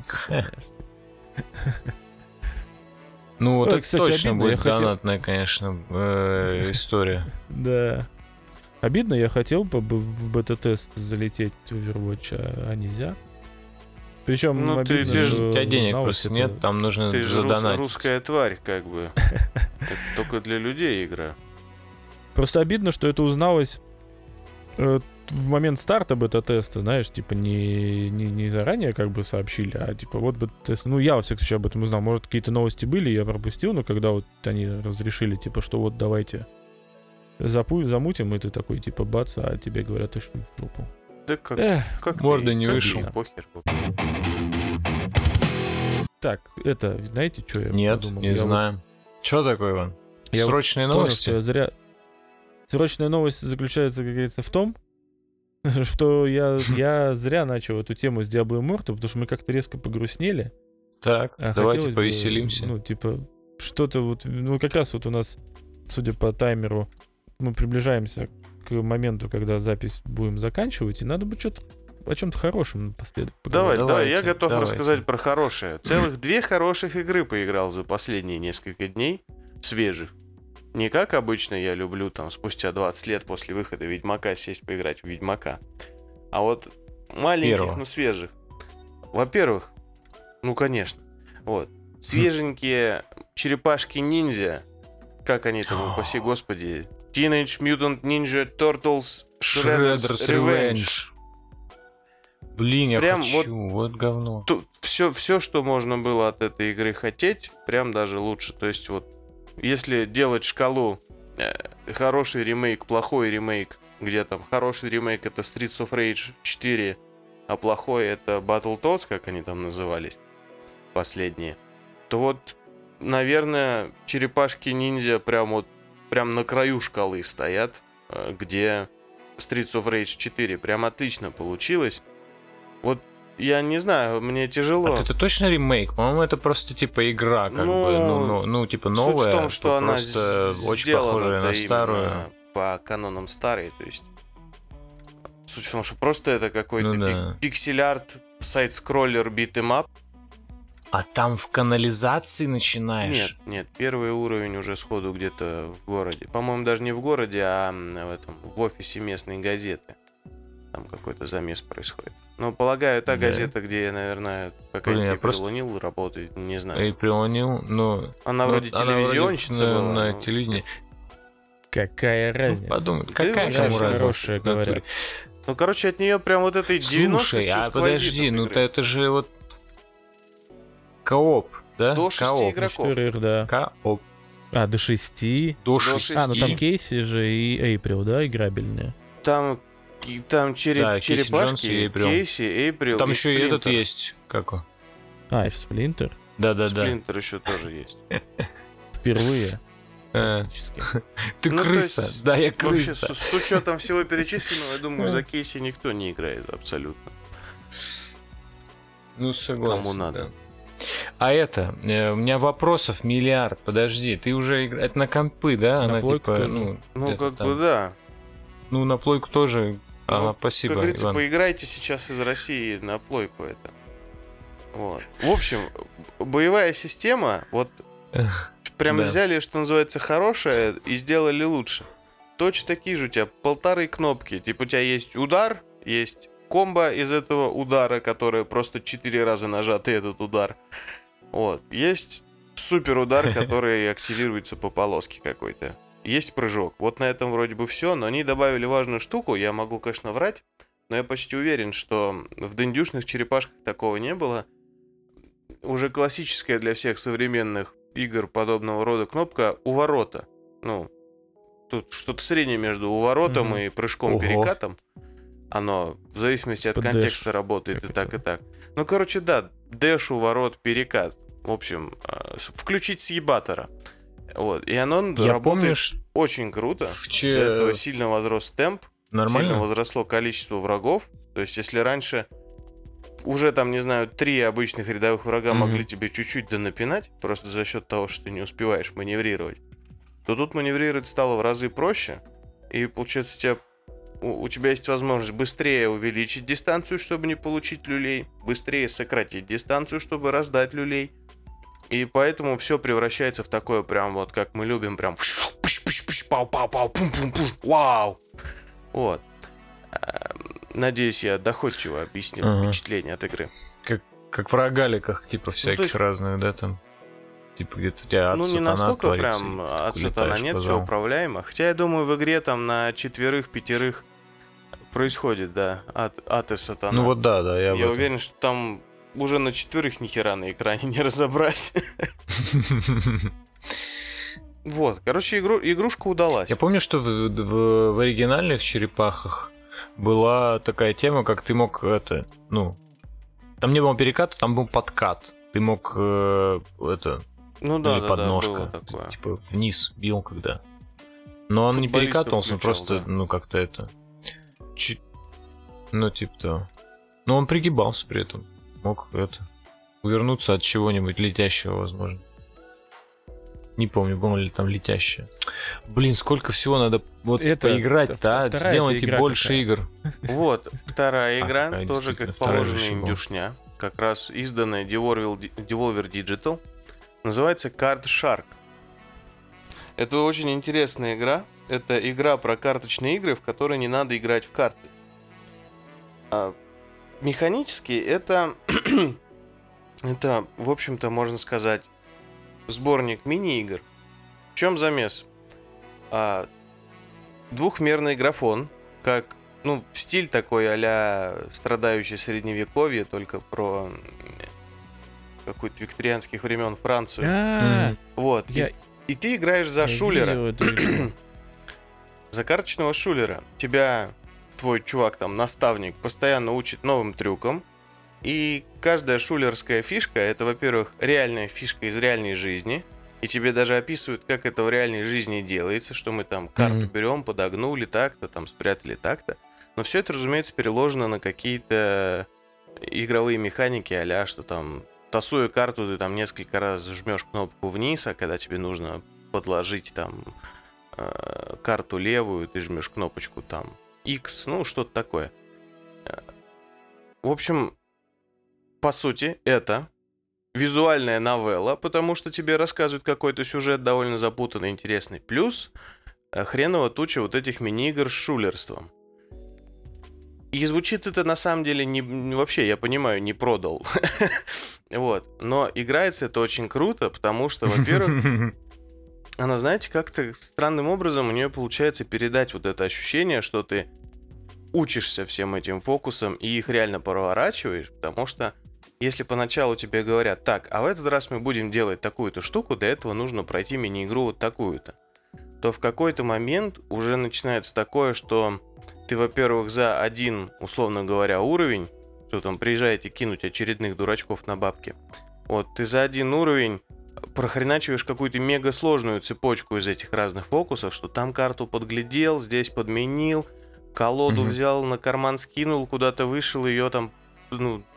Ну, вот это точно будет донатная, конечно, история. Да. Обидно, я хотел бы в бета-тест залететь в Overwatch, а нельзя. Причем, у тебя денег просто нет, там нужно задонатить. Ты же русская тварь, как бы. Это только для людей игра. Просто обидно, что это узналось в момент старта бета-теста, знаешь, типа не заранее как бы сообщили, а типа вот бета-тест. Ну, я, во всяком случае, об этом узнал. Может, какие-то новости были, я пропустил, но когда вот они разрешили, типа, что вот давайте замутим, и ты такой, типа, бац, а тебе говорят, ты что в жопу. Да как морда не вышел. Похер. Так, это, знаете, что я Нет, подумал? не знаю. Что такое, Иван? Срочные новости? Понял, что Срочная новость заключается, как говорится, в том, что я зря начал эту тему с Diablo Immortal, потому что мы как-то резко погрустнели. Так, давайте повеселимся. Что-то вот, как раз вот у нас, судя по таймеру, мы приближаемся к моменту, когда запись будем заканчивать, и надо бы что-то о чем-то хорошем напоследок поговорить. Давай, я готов рассказать про хорошее. Целых 2 хороших игры поиграл за последние несколько дней, свежих. Не как обычно я люблю там спустя 20 лет после выхода Ведьмака сесть поиграть в Ведьмака, а вот маленьких, но свежих. Во-первых, конечно, вот, свеженькие черепашки-ниндзя, как они там, упаси господи, Teenage Mutant Ninja Turtles Shredder's Revenge. Блин, я прям хочу, вот говно. Все, что можно было от этой игры хотеть, прям даже лучше. То есть вот, если делать шкалу хороший ремейк, плохой ремейк, где там хороший ремейк это Streets of Rage 4, а плохой это Battletoads, как они там назывались, последние, то вот, наверное, черепашки-ниндзя прям на краю шкалы стоят, где Streets of Rage 4 прям отлично получилось. Вот я не знаю, мне тяжело. Это точно ремейк? По-моему, это просто типа игра, как бы, типа новая. Суть в том, что она просто очень похожая на старую. По канонам старой, то есть. Суть в том, что просто это какой-то пиксель-арт, сайд-скроллер, битэмап. А там в канализации начинаешь? Нет, первый уровень уже сходу где-то в городе. По-моему, даже не в городе, а в офисе местной газеты. Там какой-то замес происходит. Ну, полагаю, та газета, где я, наверное, какая-нибудь April O'Neil работает, не знаю. April O'Neil, но... Она вроде телевизионщица была. На телевидении. Какая разница? Подумай, какая кому разница, говорят. Ну, короче, от нее прям вот этой 90-й Слушай, а подожди, это же вот... Кооп, да? До 6 игроков. Да. Кооп. До 6? До 6. Ну там Кейси же и April, да, играбельные? Там черепашки, Кейси, April. Там еще и этот есть. Как он? И Сплинтер? Да. Сплинтер еще тоже есть. Впервые. Ты крыса. Да, я крыса. С учетом всего перечисленного, я думаю, за Кейси никто не играет абсолютно. Ну, согласен. Кому надо. у меня вопросов миллиард, подожди, ты уже играешь, это на компы, да? На плойку тоже. Да. Ну, на плойку тоже, спасибо, как говорится, Иван. поиграйте сейчас из России на плойку это. Вот. В общем, боевая система, вот прям взяли, что называется, хорошая и сделали лучше. Точно такие же у тебя 1,5 кнопки, типа у тебя есть удар, есть комбо из этого удара, которое просто 4 раза нажатый этот удар. Вот. Есть супер удар, который активируется по полоске какой-то. Есть прыжок. Вот на этом вроде бы все, но они добавили важную штуку. Я могу, конечно, врать, но я почти уверен, что в дендюшных черепашках такого не было. Уже классическая для всех современных игр подобного рода кнопка у ворота. Ну, тут что-то среднее между уворотом и прыжком-перекатом. Оно в зависимости от контекста работает и так, и так. Ну, короче, да, дэш, уворот, перекат. В общем, включить съебатора. Вот. И оно работает очень круто. Из-за этого сильно возрос темп. Нормально? Сильно возросло количество врагов. То есть, если раньше уже там, не знаю, 3 обычных рядовых врага могли тебе чуть-чуть донапинать, просто за счет того, что ты не успеваешь маневрировать, то тут маневрировать стало в разы проще. И получается, у тебя есть возможность быстрее увеличить дистанцию, чтобы не получить люлей, быстрее сократить дистанцию, чтобы раздать люлей. И поэтому все превращается в такое прям вот, как мы любим, прям пау-пау-пау, пум-пум-пум, вау! Вот. Надеюсь, я доходчиво объяснил впечатление от игры. Как в рогаликах, типа всяких разных, да, там? Типа где-то у тебя от сатана не настолько творится, прям от сатана нет, все управляемо. Хотя я думаю, в игре там на 4-5 происходит, да, ад и сатана. Ну вот да, я уверен, что там уже на 4 ни хера на экране не разобрать. Вот, короче, игрушка удалась. Я помню, что в оригинальных черепахах была такая тема, как ты мог там не было переката, там был подкат. Ты мог или подножка. Было такое. Типа вниз бил когда. Но он не перекатывался, он просто, как-то это... типа того. Но он пригибался при этом. Мог увернуться от чего-нибудь летящего, возможно. Не помню, было ли там летящее. Блин, сколько всего надо поиграть-то, сделайте больше игр. Вот, вторая игра, тоже как положено индюшня. Как раз изданная Devolver Digital. Называется Card Shark. Это очень интересная игра. Это игра про карточные игры, в которые не надо играть в карты. Механически это, в общем-то, можно сказать, сборник мини-игр. В чем замес? Двухмерный графон, как, стиль такой а-ля страдающий средневековье, только про какую-то викторианских времен Францию. Вот. И ты играешь за шулера. За карточного шулера. Тебя твой чувак, там, наставник, постоянно учит новым трюкам. И каждая шулерская фишка — это, во-первых, реальная фишка из реальной жизни. И тебе даже описывают, как это в реальной жизни делается, что мы там карту берем, подогнули так-то, там спрятали так-то. Но все это, разумеется, переложено на какие-то игровые механики, а-ля, что там, тасуя карту, ты там несколько раз жмешь кнопку вниз, а когда тебе нужно подложить там карту левую, ты жмешь кнопочку там X, что-то такое. В общем, по сути, это визуальная новелла, потому что тебе рассказывают какой-то сюжет довольно запутанный, интересный. Плюс хреново туча вот этих мини-игр с шулерством. И звучит это на самом деле вообще, я понимаю, не продал. Вот. Но играется это очень круто, потому что, во-первых, она, знаете, как-то странным образом у нее получается передать вот это ощущение, что ты учишься всем этим фокусам и их реально проворачиваешь, потому что если поначалу тебе говорят, так, а в этот раз мы будем делать такую-то штуку, для этого нужно пройти мини-игру вот такую-то, то в какой-то момент уже начинается такое, что ты, во-первых, за один, условно говоря, уровень, что там приезжаете кинуть очередных дурачков на бабки, вот, ты за один уровень прохреначиваешь какую-то мега сложную цепочку из этих разных фокусов, что там карту подглядел, здесь подменил, колоду взял, на карман скинул, куда-то вышел, ее там,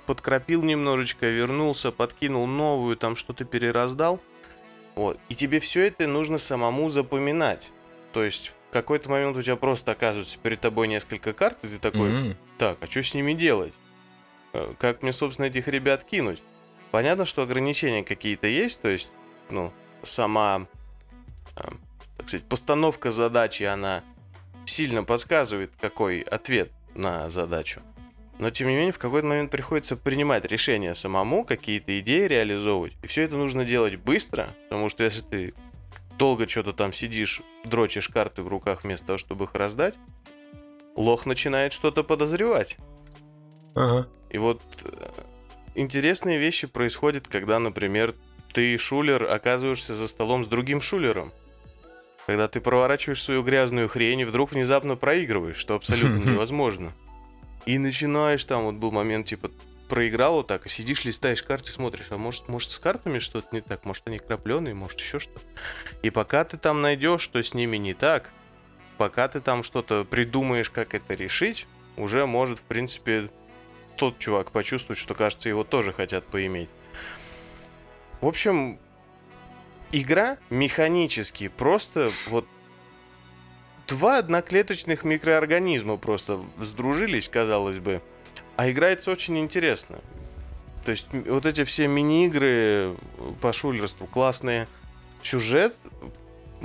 подкропил немножечко, вернулся, подкинул новую, там что-то перераздал. Вот. И тебе все это нужно самому запоминать. То есть в какой-то момент у тебя просто оказывается перед тобой несколько карт, и ты такой, так, а что с ними делать? Как мне, собственно, этих ребят кинуть? Понятно, что ограничения какие-то есть, то есть, сама, так сказать, постановка задачи, она сильно подсказывает, какой ответ на задачу. Но, тем не менее, в какой-то момент приходится принимать решения самому, какие-то идеи реализовывать. И все это нужно делать быстро, потому что если ты долго что-то там сидишь, дрочишь карты в руках вместо того, чтобы их раздать, лох начинает что-то подозревать. Ага. И вот интересные вещи происходят, когда, например, ты, шулер, оказываешься за столом с другим шулером. Когда ты проворачиваешь свою грязную хрень и вдруг внезапно проигрываешь, что абсолютно невозможно. И начинаешь там, вот был момент, типа, проиграл вот так, и сидишь, листаешь карты, смотришь, а может с картами что-то не так, может они крапленые, может еще что-то. И пока ты там найдешь, что с ними не так, пока ты там что-то придумаешь, как это решить, уже может, в принципе, тот чувак почувствовать, что, кажется, его тоже хотят поиметь. В общем, игра механически просто вот два одноклеточных микроорганизма просто сдружились, казалось бы, а играется очень интересно. То есть вот эти все мини-игры по шулерству классные. Сюжет, я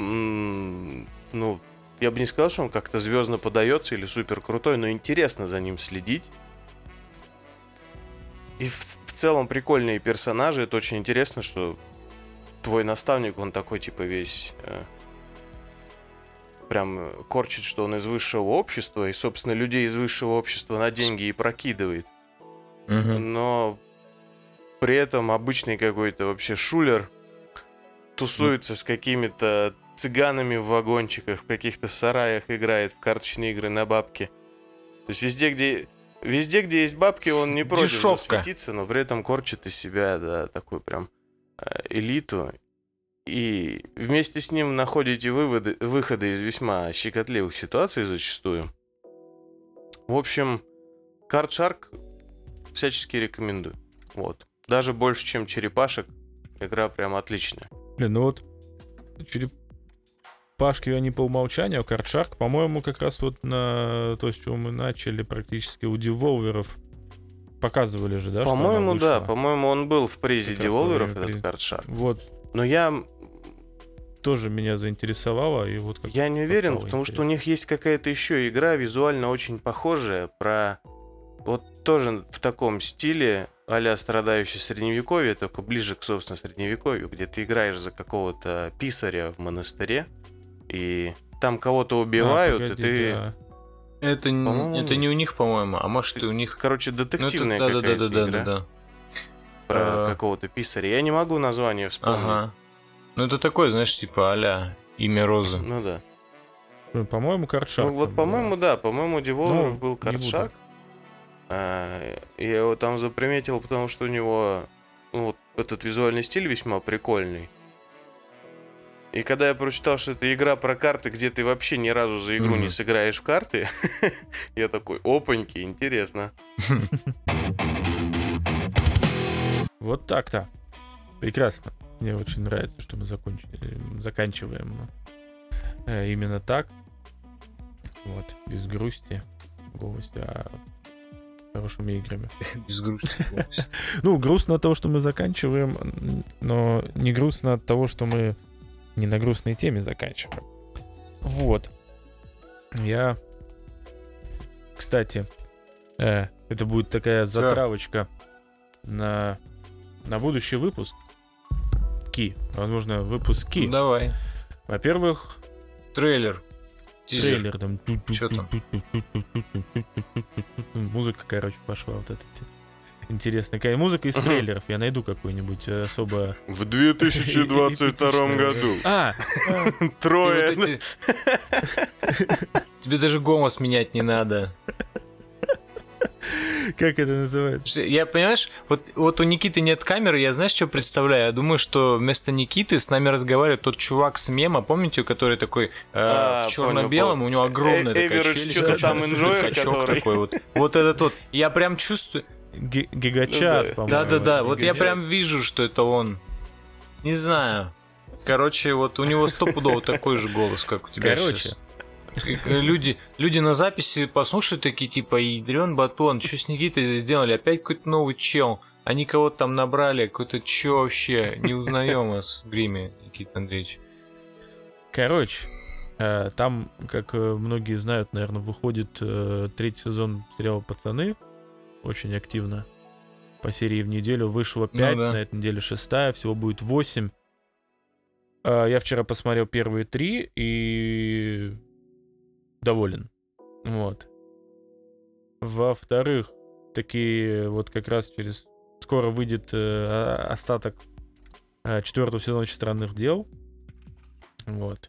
бы не сказал, что он как-то звездно подается или супер крутой, но интересно за ним следить. И в целом прикольные персонажи. Это очень интересно, что твой наставник, он такой типа весь прям корчит, что он из высшего общества, и, собственно, людей из высшего общества на деньги и прокидывает. Но при этом обычный какой-то вообще шулер тусуется с какими-то цыганами в вагончиках, в каких-то сараях играет в карточные игры на бабки. То есть везде, где есть бабки, он не против засветиться, но при этом корчит из себя, да, такую прям элиту. И вместе с ним находите выходы из весьма щекотливых ситуаций зачастую. В общем, Card Shark всячески рекомендую. Вот. Даже больше, чем черепашек, игра прям отличная. Блин, ну вот черепашки, они по умолчанию, а Card Shark, по-моему, как раз вот на то, с чего мы начали, практически у деволверов показывали же, да? По-моему, да. По-моему, он был в призе деволверов, этот Card Shark. Вот. Но я... тоже меня заинтересовало. И вот я не уверен, потому что у них есть какая-то еще игра, визуально очень похожая, про... Вот тоже в таком стиле, а-ля страдающий средневековье, только ближе к, собственно, средневековью, где ты играешь за какого-то писаря в монастыре, и там кого-то убивают, и ты... Да. Это не у них, по-моему, а может и у них... Короче, детективная какая-то игра. Да. Про какого-то писаря. Я не могу название вспомнить. Ага. Ну это такое, знаешь, типа а-ля Имя Розы. Ну да. По-моему, Card Shark. Ну вот, по-моему, да. По-моему, Devolver был Card Shark. Я его там заприметил, потому что у него вот этот визуальный стиль весьма прикольный. И когда я прочитал, что это игра про карты, где ты вообще ни разу за игру не сыграешь в карты, я такой, опаньки, интересно. Вот так-то. Прекрасно. Мне очень нравится, что мы заканчиваем именно так. Вот, без грусти в голосе, а хорошими играми. Без грусти в голосе. Ну, грустно от того, что мы заканчиваем, но не грустно от того, что мы не на грустной теме заканчиваем. Вот. Я, кстати, это будет такая затравочка на будущий выпуск. Возможно, выпуски. Ну, давай. Во-первых, трейлер там. Что там? Музыка, короче, пошла вот эта. Интересная какая музыка из трейлеров. Я найду какую-нибудь особо... В 2022 году. Трое. Тебе даже голос менять не надо. Как это называется? Я, понимаешь, вот у Никиты нет камеры, я знаешь, что представляю? Я думаю, что вместо Никиты с нами разговаривает тот чувак с мема, помните, который такой в черно-белом, у него огромная такая челюсть. Что-то там инжойер, который... Вот этот вот. Я прям чувствую... Гигачат, по-моему. Да-да-да, вот я прям вижу, что это он. Не знаю. Короче, вот у него стопудово такой же голос, как у тебя сейчас. Люди на записи послушают такие, типа, ядрён батон, что с Никитой сделали? Опять какой-то новый чел. Они кого-то там набрали, какой-то чё вообще? Не узнаем вас в гриме, Никита Андреевич. Короче, там, как многие знают, наверное, выходит третий сезон сериала «Пацаны». Очень активно. По серии в неделю. Вышло 5, на этой неделе 6, всего будет 8. Я вчера посмотрел первые 3 и доволен. Вот. Во-вторых, такие вот как раз скоро выйдет остаток 4-го сезона «Очень странных дел». Вот.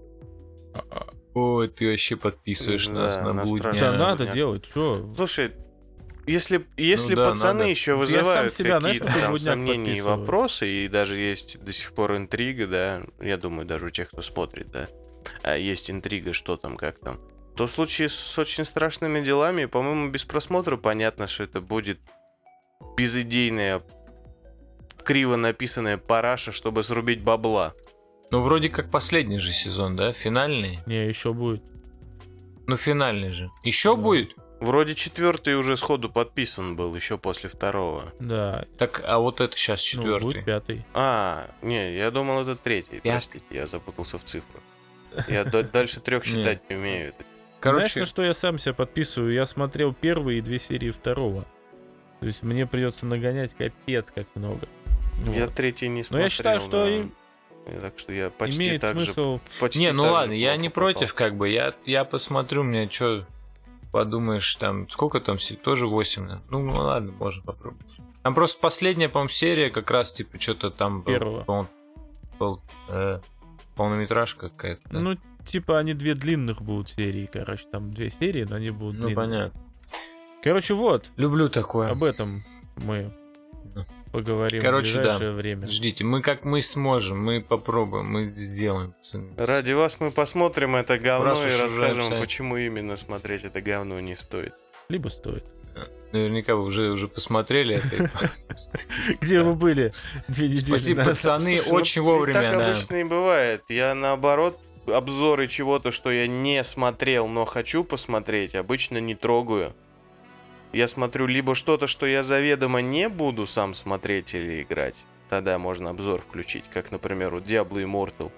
Ой, ты вообще подписываешь нас на блудня. Да, надо делать, что? Слушай, если пацаны еще вызывают какие-то там сомнения и вопросы, и даже есть до сих пор интрига, да, я думаю, даже у тех, кто смотрит, да, есть интрига, что там, как там, то в случае с «Очень страшными делами», по-моему, без просмотра понятно, что это будет безидейная, криво написанная параша, чтобы срубить бабла. Ну, вроде как последний же сезон, да? Финальный? Не, еще будет. Ну, финальный же. Еще будет? Вроде 4-й уже сходу подписан был, еще после 2-го. Да. Так, а вот это сейчас 4-й. Ну, будет 5-й. Не, я думал, это 3-й. Простите, я запутался в цифрах. Я дальше 3 считать не умею. Знаешь, на что я сам себя подписываю? Я смотрел первые и 2 серии 2-го. То есть мне придется нагонять капец как много. Я 3-й не смотрел. Но я считаю, что... Так что я почти имеет так смысл... же... Почти не, ну так ладно, же я не попал. против, как бы. Я посмотрю, мне что... Подумаешь, там, сколько там, тоже 8, да? Ну ладно, можно попробовать. Там просто последняя, по-моему, серия как раз, типа, что-то там... Первого. Полнометражка какая-то. Да? Ну, типа, они 2 длинных будут серии, короче. Там 2 серии, но они будут длинные. Ну, понятно. Короче, вот. Люблю такое. Об этом мы поговорим в ближайшее время. Ждите, мы сможем, мы попробуем, мы сделаем. Ради вас мы посмотрим это говно Раз и уж расскажем, уже почему именно смотреть это говно не стоит. Либо стоит. Наверняка вы уже посмотрели это. Где вы были 2 недели Спасибо, назад? пацаны, очень вовремя. Так обычно и бывает. Я наоборот обзоры чего-то, что я не смотрел, но хочу посмотреть, обычно не трогаю. Я смотрю либо что-то, что я заведомо не буду сам смотреть или играть. Тогда можно обзор включить, как, например, у Diablo Immortal.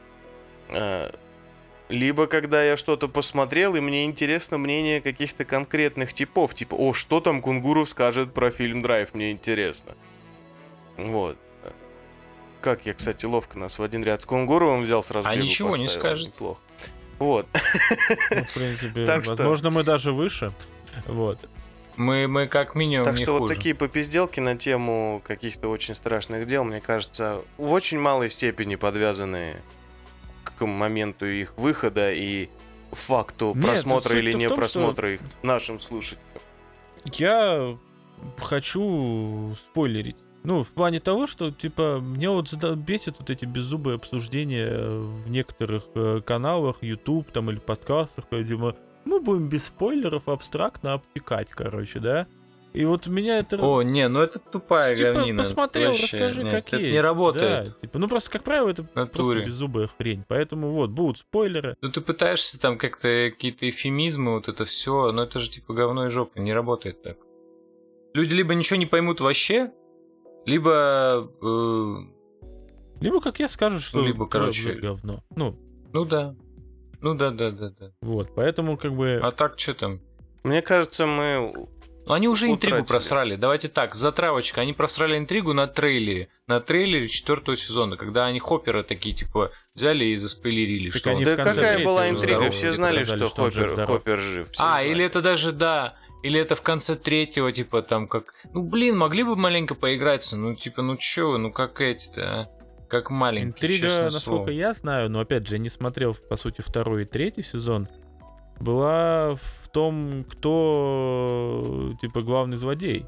Либо когда я что-то посмотрел, и мне интересно мнение каких-то конкретных типов. Типа, что там Кунгуров скажет про фильм «Драйв», мне интересно. Вот. Как я, кстати, ловко нас в один ряд с Кунгуровым взял с разбегу. А ничего поставил. не скажет. Неплохо. Вот. Ну, в принципе, Так что... возможно, мы даже выше. Вот. Мы как минимум Так не что хуже. вот такие попизделки на тему каких-то очень страшных дел, мне кажется, в очень малой степени подвязаны к моменту их выхода и факту просмотра или не просмотра их нашим слушателям. Я хочу спойлерить. Ну, в плане того, что, типа, мне вот бесит вот эти беззубые обсуждения в некоторых каналах, YouTube там или подкастах, где мы будем без спойлеров абстрактно обтекать, короче, да? И вот меня это... ну это тупая типа, говнина. посмотрел, вообще. расскажи, как это есть. не работает. Да, типа, ну просто, как правило, это просто беззубая хрень. Поэтому вот, будут спойлеры. Ну ты пытаешься там как-то какие-то эвфемизмы, вот это все, но это же типа говно и жопа, не работает так. Люди либо ничего не поймут вообще, либо... Либо, как я скажу, что либо, короче, говно. Ну да. Да. Вот, поэтому как бы... А так, что там? Мне кажется, мы... Они уже интригу просрали. Давайте так, затравочка. Они просрали интригу на трейлере. На трейлере 4-го сезона, когда они Хоппера такие, типа, взяли и заспойлерили. Так что они да какая была интрига? Все знали, что Хоппер жив. Или это даже, да... Или это в конце 3-го, типа, там, как... Ну, блин, могли бы маленько поиграться. Ну, типа, ну чё вы, ну как эти-то, а? Как маленький, интрига, честное насколько слово. я знаю, но опять же, я не смотрел, по сути, 2-й и 3-й сезон, была в том, кто, типа, главный злодей.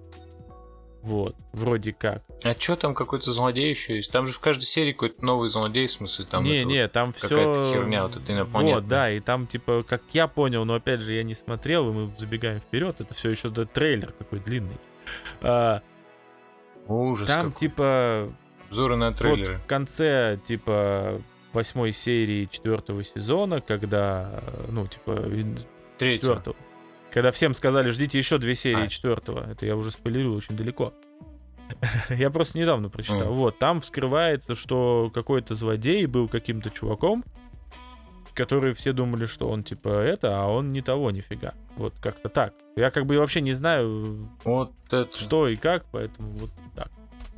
Вот, вроде как. А чё там какой-то злодей еще есть? Там же в каждой серии какой-то новый злодей, в смысле, там... Не, там все... Какая-то херня, вот это инопланетная. Вот, да, и там, типа, как я понял, но опять же, я не смотрел, и мы забегаем вперед, это все еще трейлер какой длинный. Ужас. Там, какой. типа... Обзоры на трейлеры. Вот в конце, типа, 8 серии 4 сезона, когда, ну, типа, 4-го, когда всем сказали, ждите еще 2 серии 4-го, это я уже спойлерил очень далеко. Я просто недавно прочитал. Вот, там вскрывается, что какой-то злодей был каким-то чуваком, который все думали, что он, типа, это, а он не того нифига. Вот как-то так. Я как бы вообще не знаю, вот это. что и как, поэтому вот так.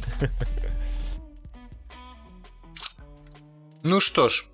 Ну что ж,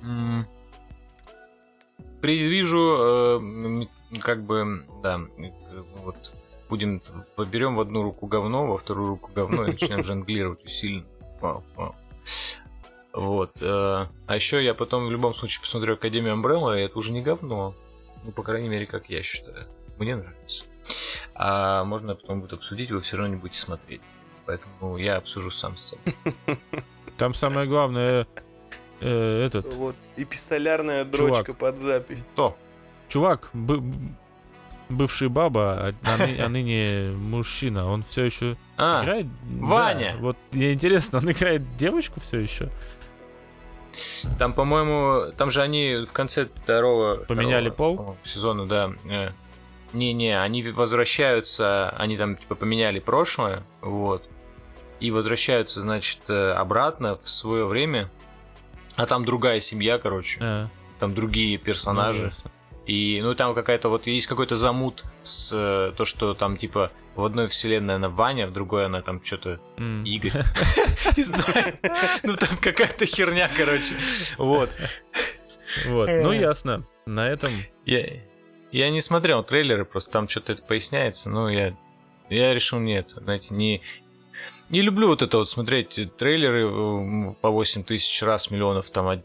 предвижу, как бы, да, вот поберем в одну руку говно, во вторую руку говно и начнем жонглировать усиленно. Вау. Вот. А еще я потом в любом случае посмотрю Академию Umbrella, и это уже не говно. Ну, по крайней мере, как я считаю. Мне нравится. А можно потом будет обсудить, вы все равно не будете смотреть. Поэтому я обсужу сам с собой. Там самое главное... этот... Вот, эпистолярная дрочка под запись. Кто? Чувак, бывший баба, а ныне мужчина, он все еще играет? Ваня! Да, вот мне интересно, он играет девочку все еще? Там, по-моему, там же они в конце второго пол? Сезона, да. Не, они возвращаются, они там типа поменяли прошлое, вот, и возвращаются, значит, обратно в свое время. А там другая семья, короче. Там другие персонажи. И, ну, там какая-то вот есть какой-то замут с то, что там, типа, в одной вселенной она Ваня, в другой она там что-то Игорь. Не знаю. Ну, там какая-то херня, короче. Вот. Вот. Ну, ясно. На этом... Я не смотрел трейлеры, просто там что-то это поясняется, но я решил нет, знаете, не люблю вот это вот смотреть трейлеры по 8 тысяч раз, миллионов там.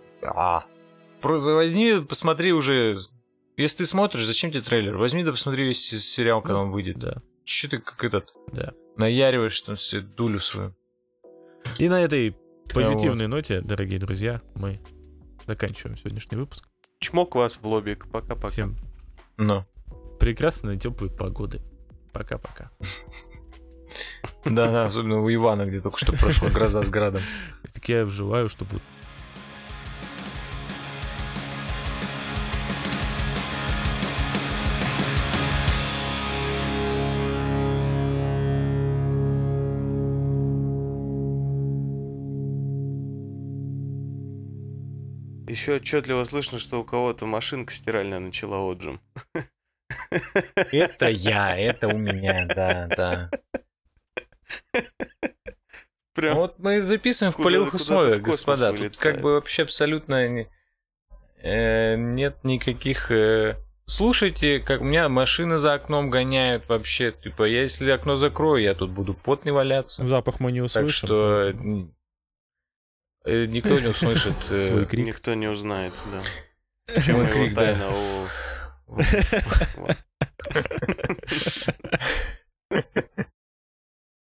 Возьми, посмотри уже. Если ты смотришь, зачем тебе трейлер? Возьми да посмотри весь сериал, когда он выйдет. Да. Че ты как этот наяриваешь там все дулю свою. И на этой позитивной ноте, дорогие друзья, мы заканчиваем сегодняшний выпуск. Чмок вас в лобик. Пока-пока. Всем прекрасной теплой погоды. Пока-пока. Да, особенно у Ивана, где только что прошла гроза с градом. Так я желаю, чтобы... Еще отчетливо слышно, что у кого-то машинка стиральная начала отжим. Это это у меня, да. Прям вот мы записываем в полевых условиях, господа. Тут как бы вообще абсолютно нет никаких... Слушайте, как у меня машины за окном гоняют вообще. Типа, я если окно закрою, я тут буду потный валяться. Запах мы не услышим. Так что... Никто не услышит. Твой крик. Никто не узнает, да. В чем его тайна?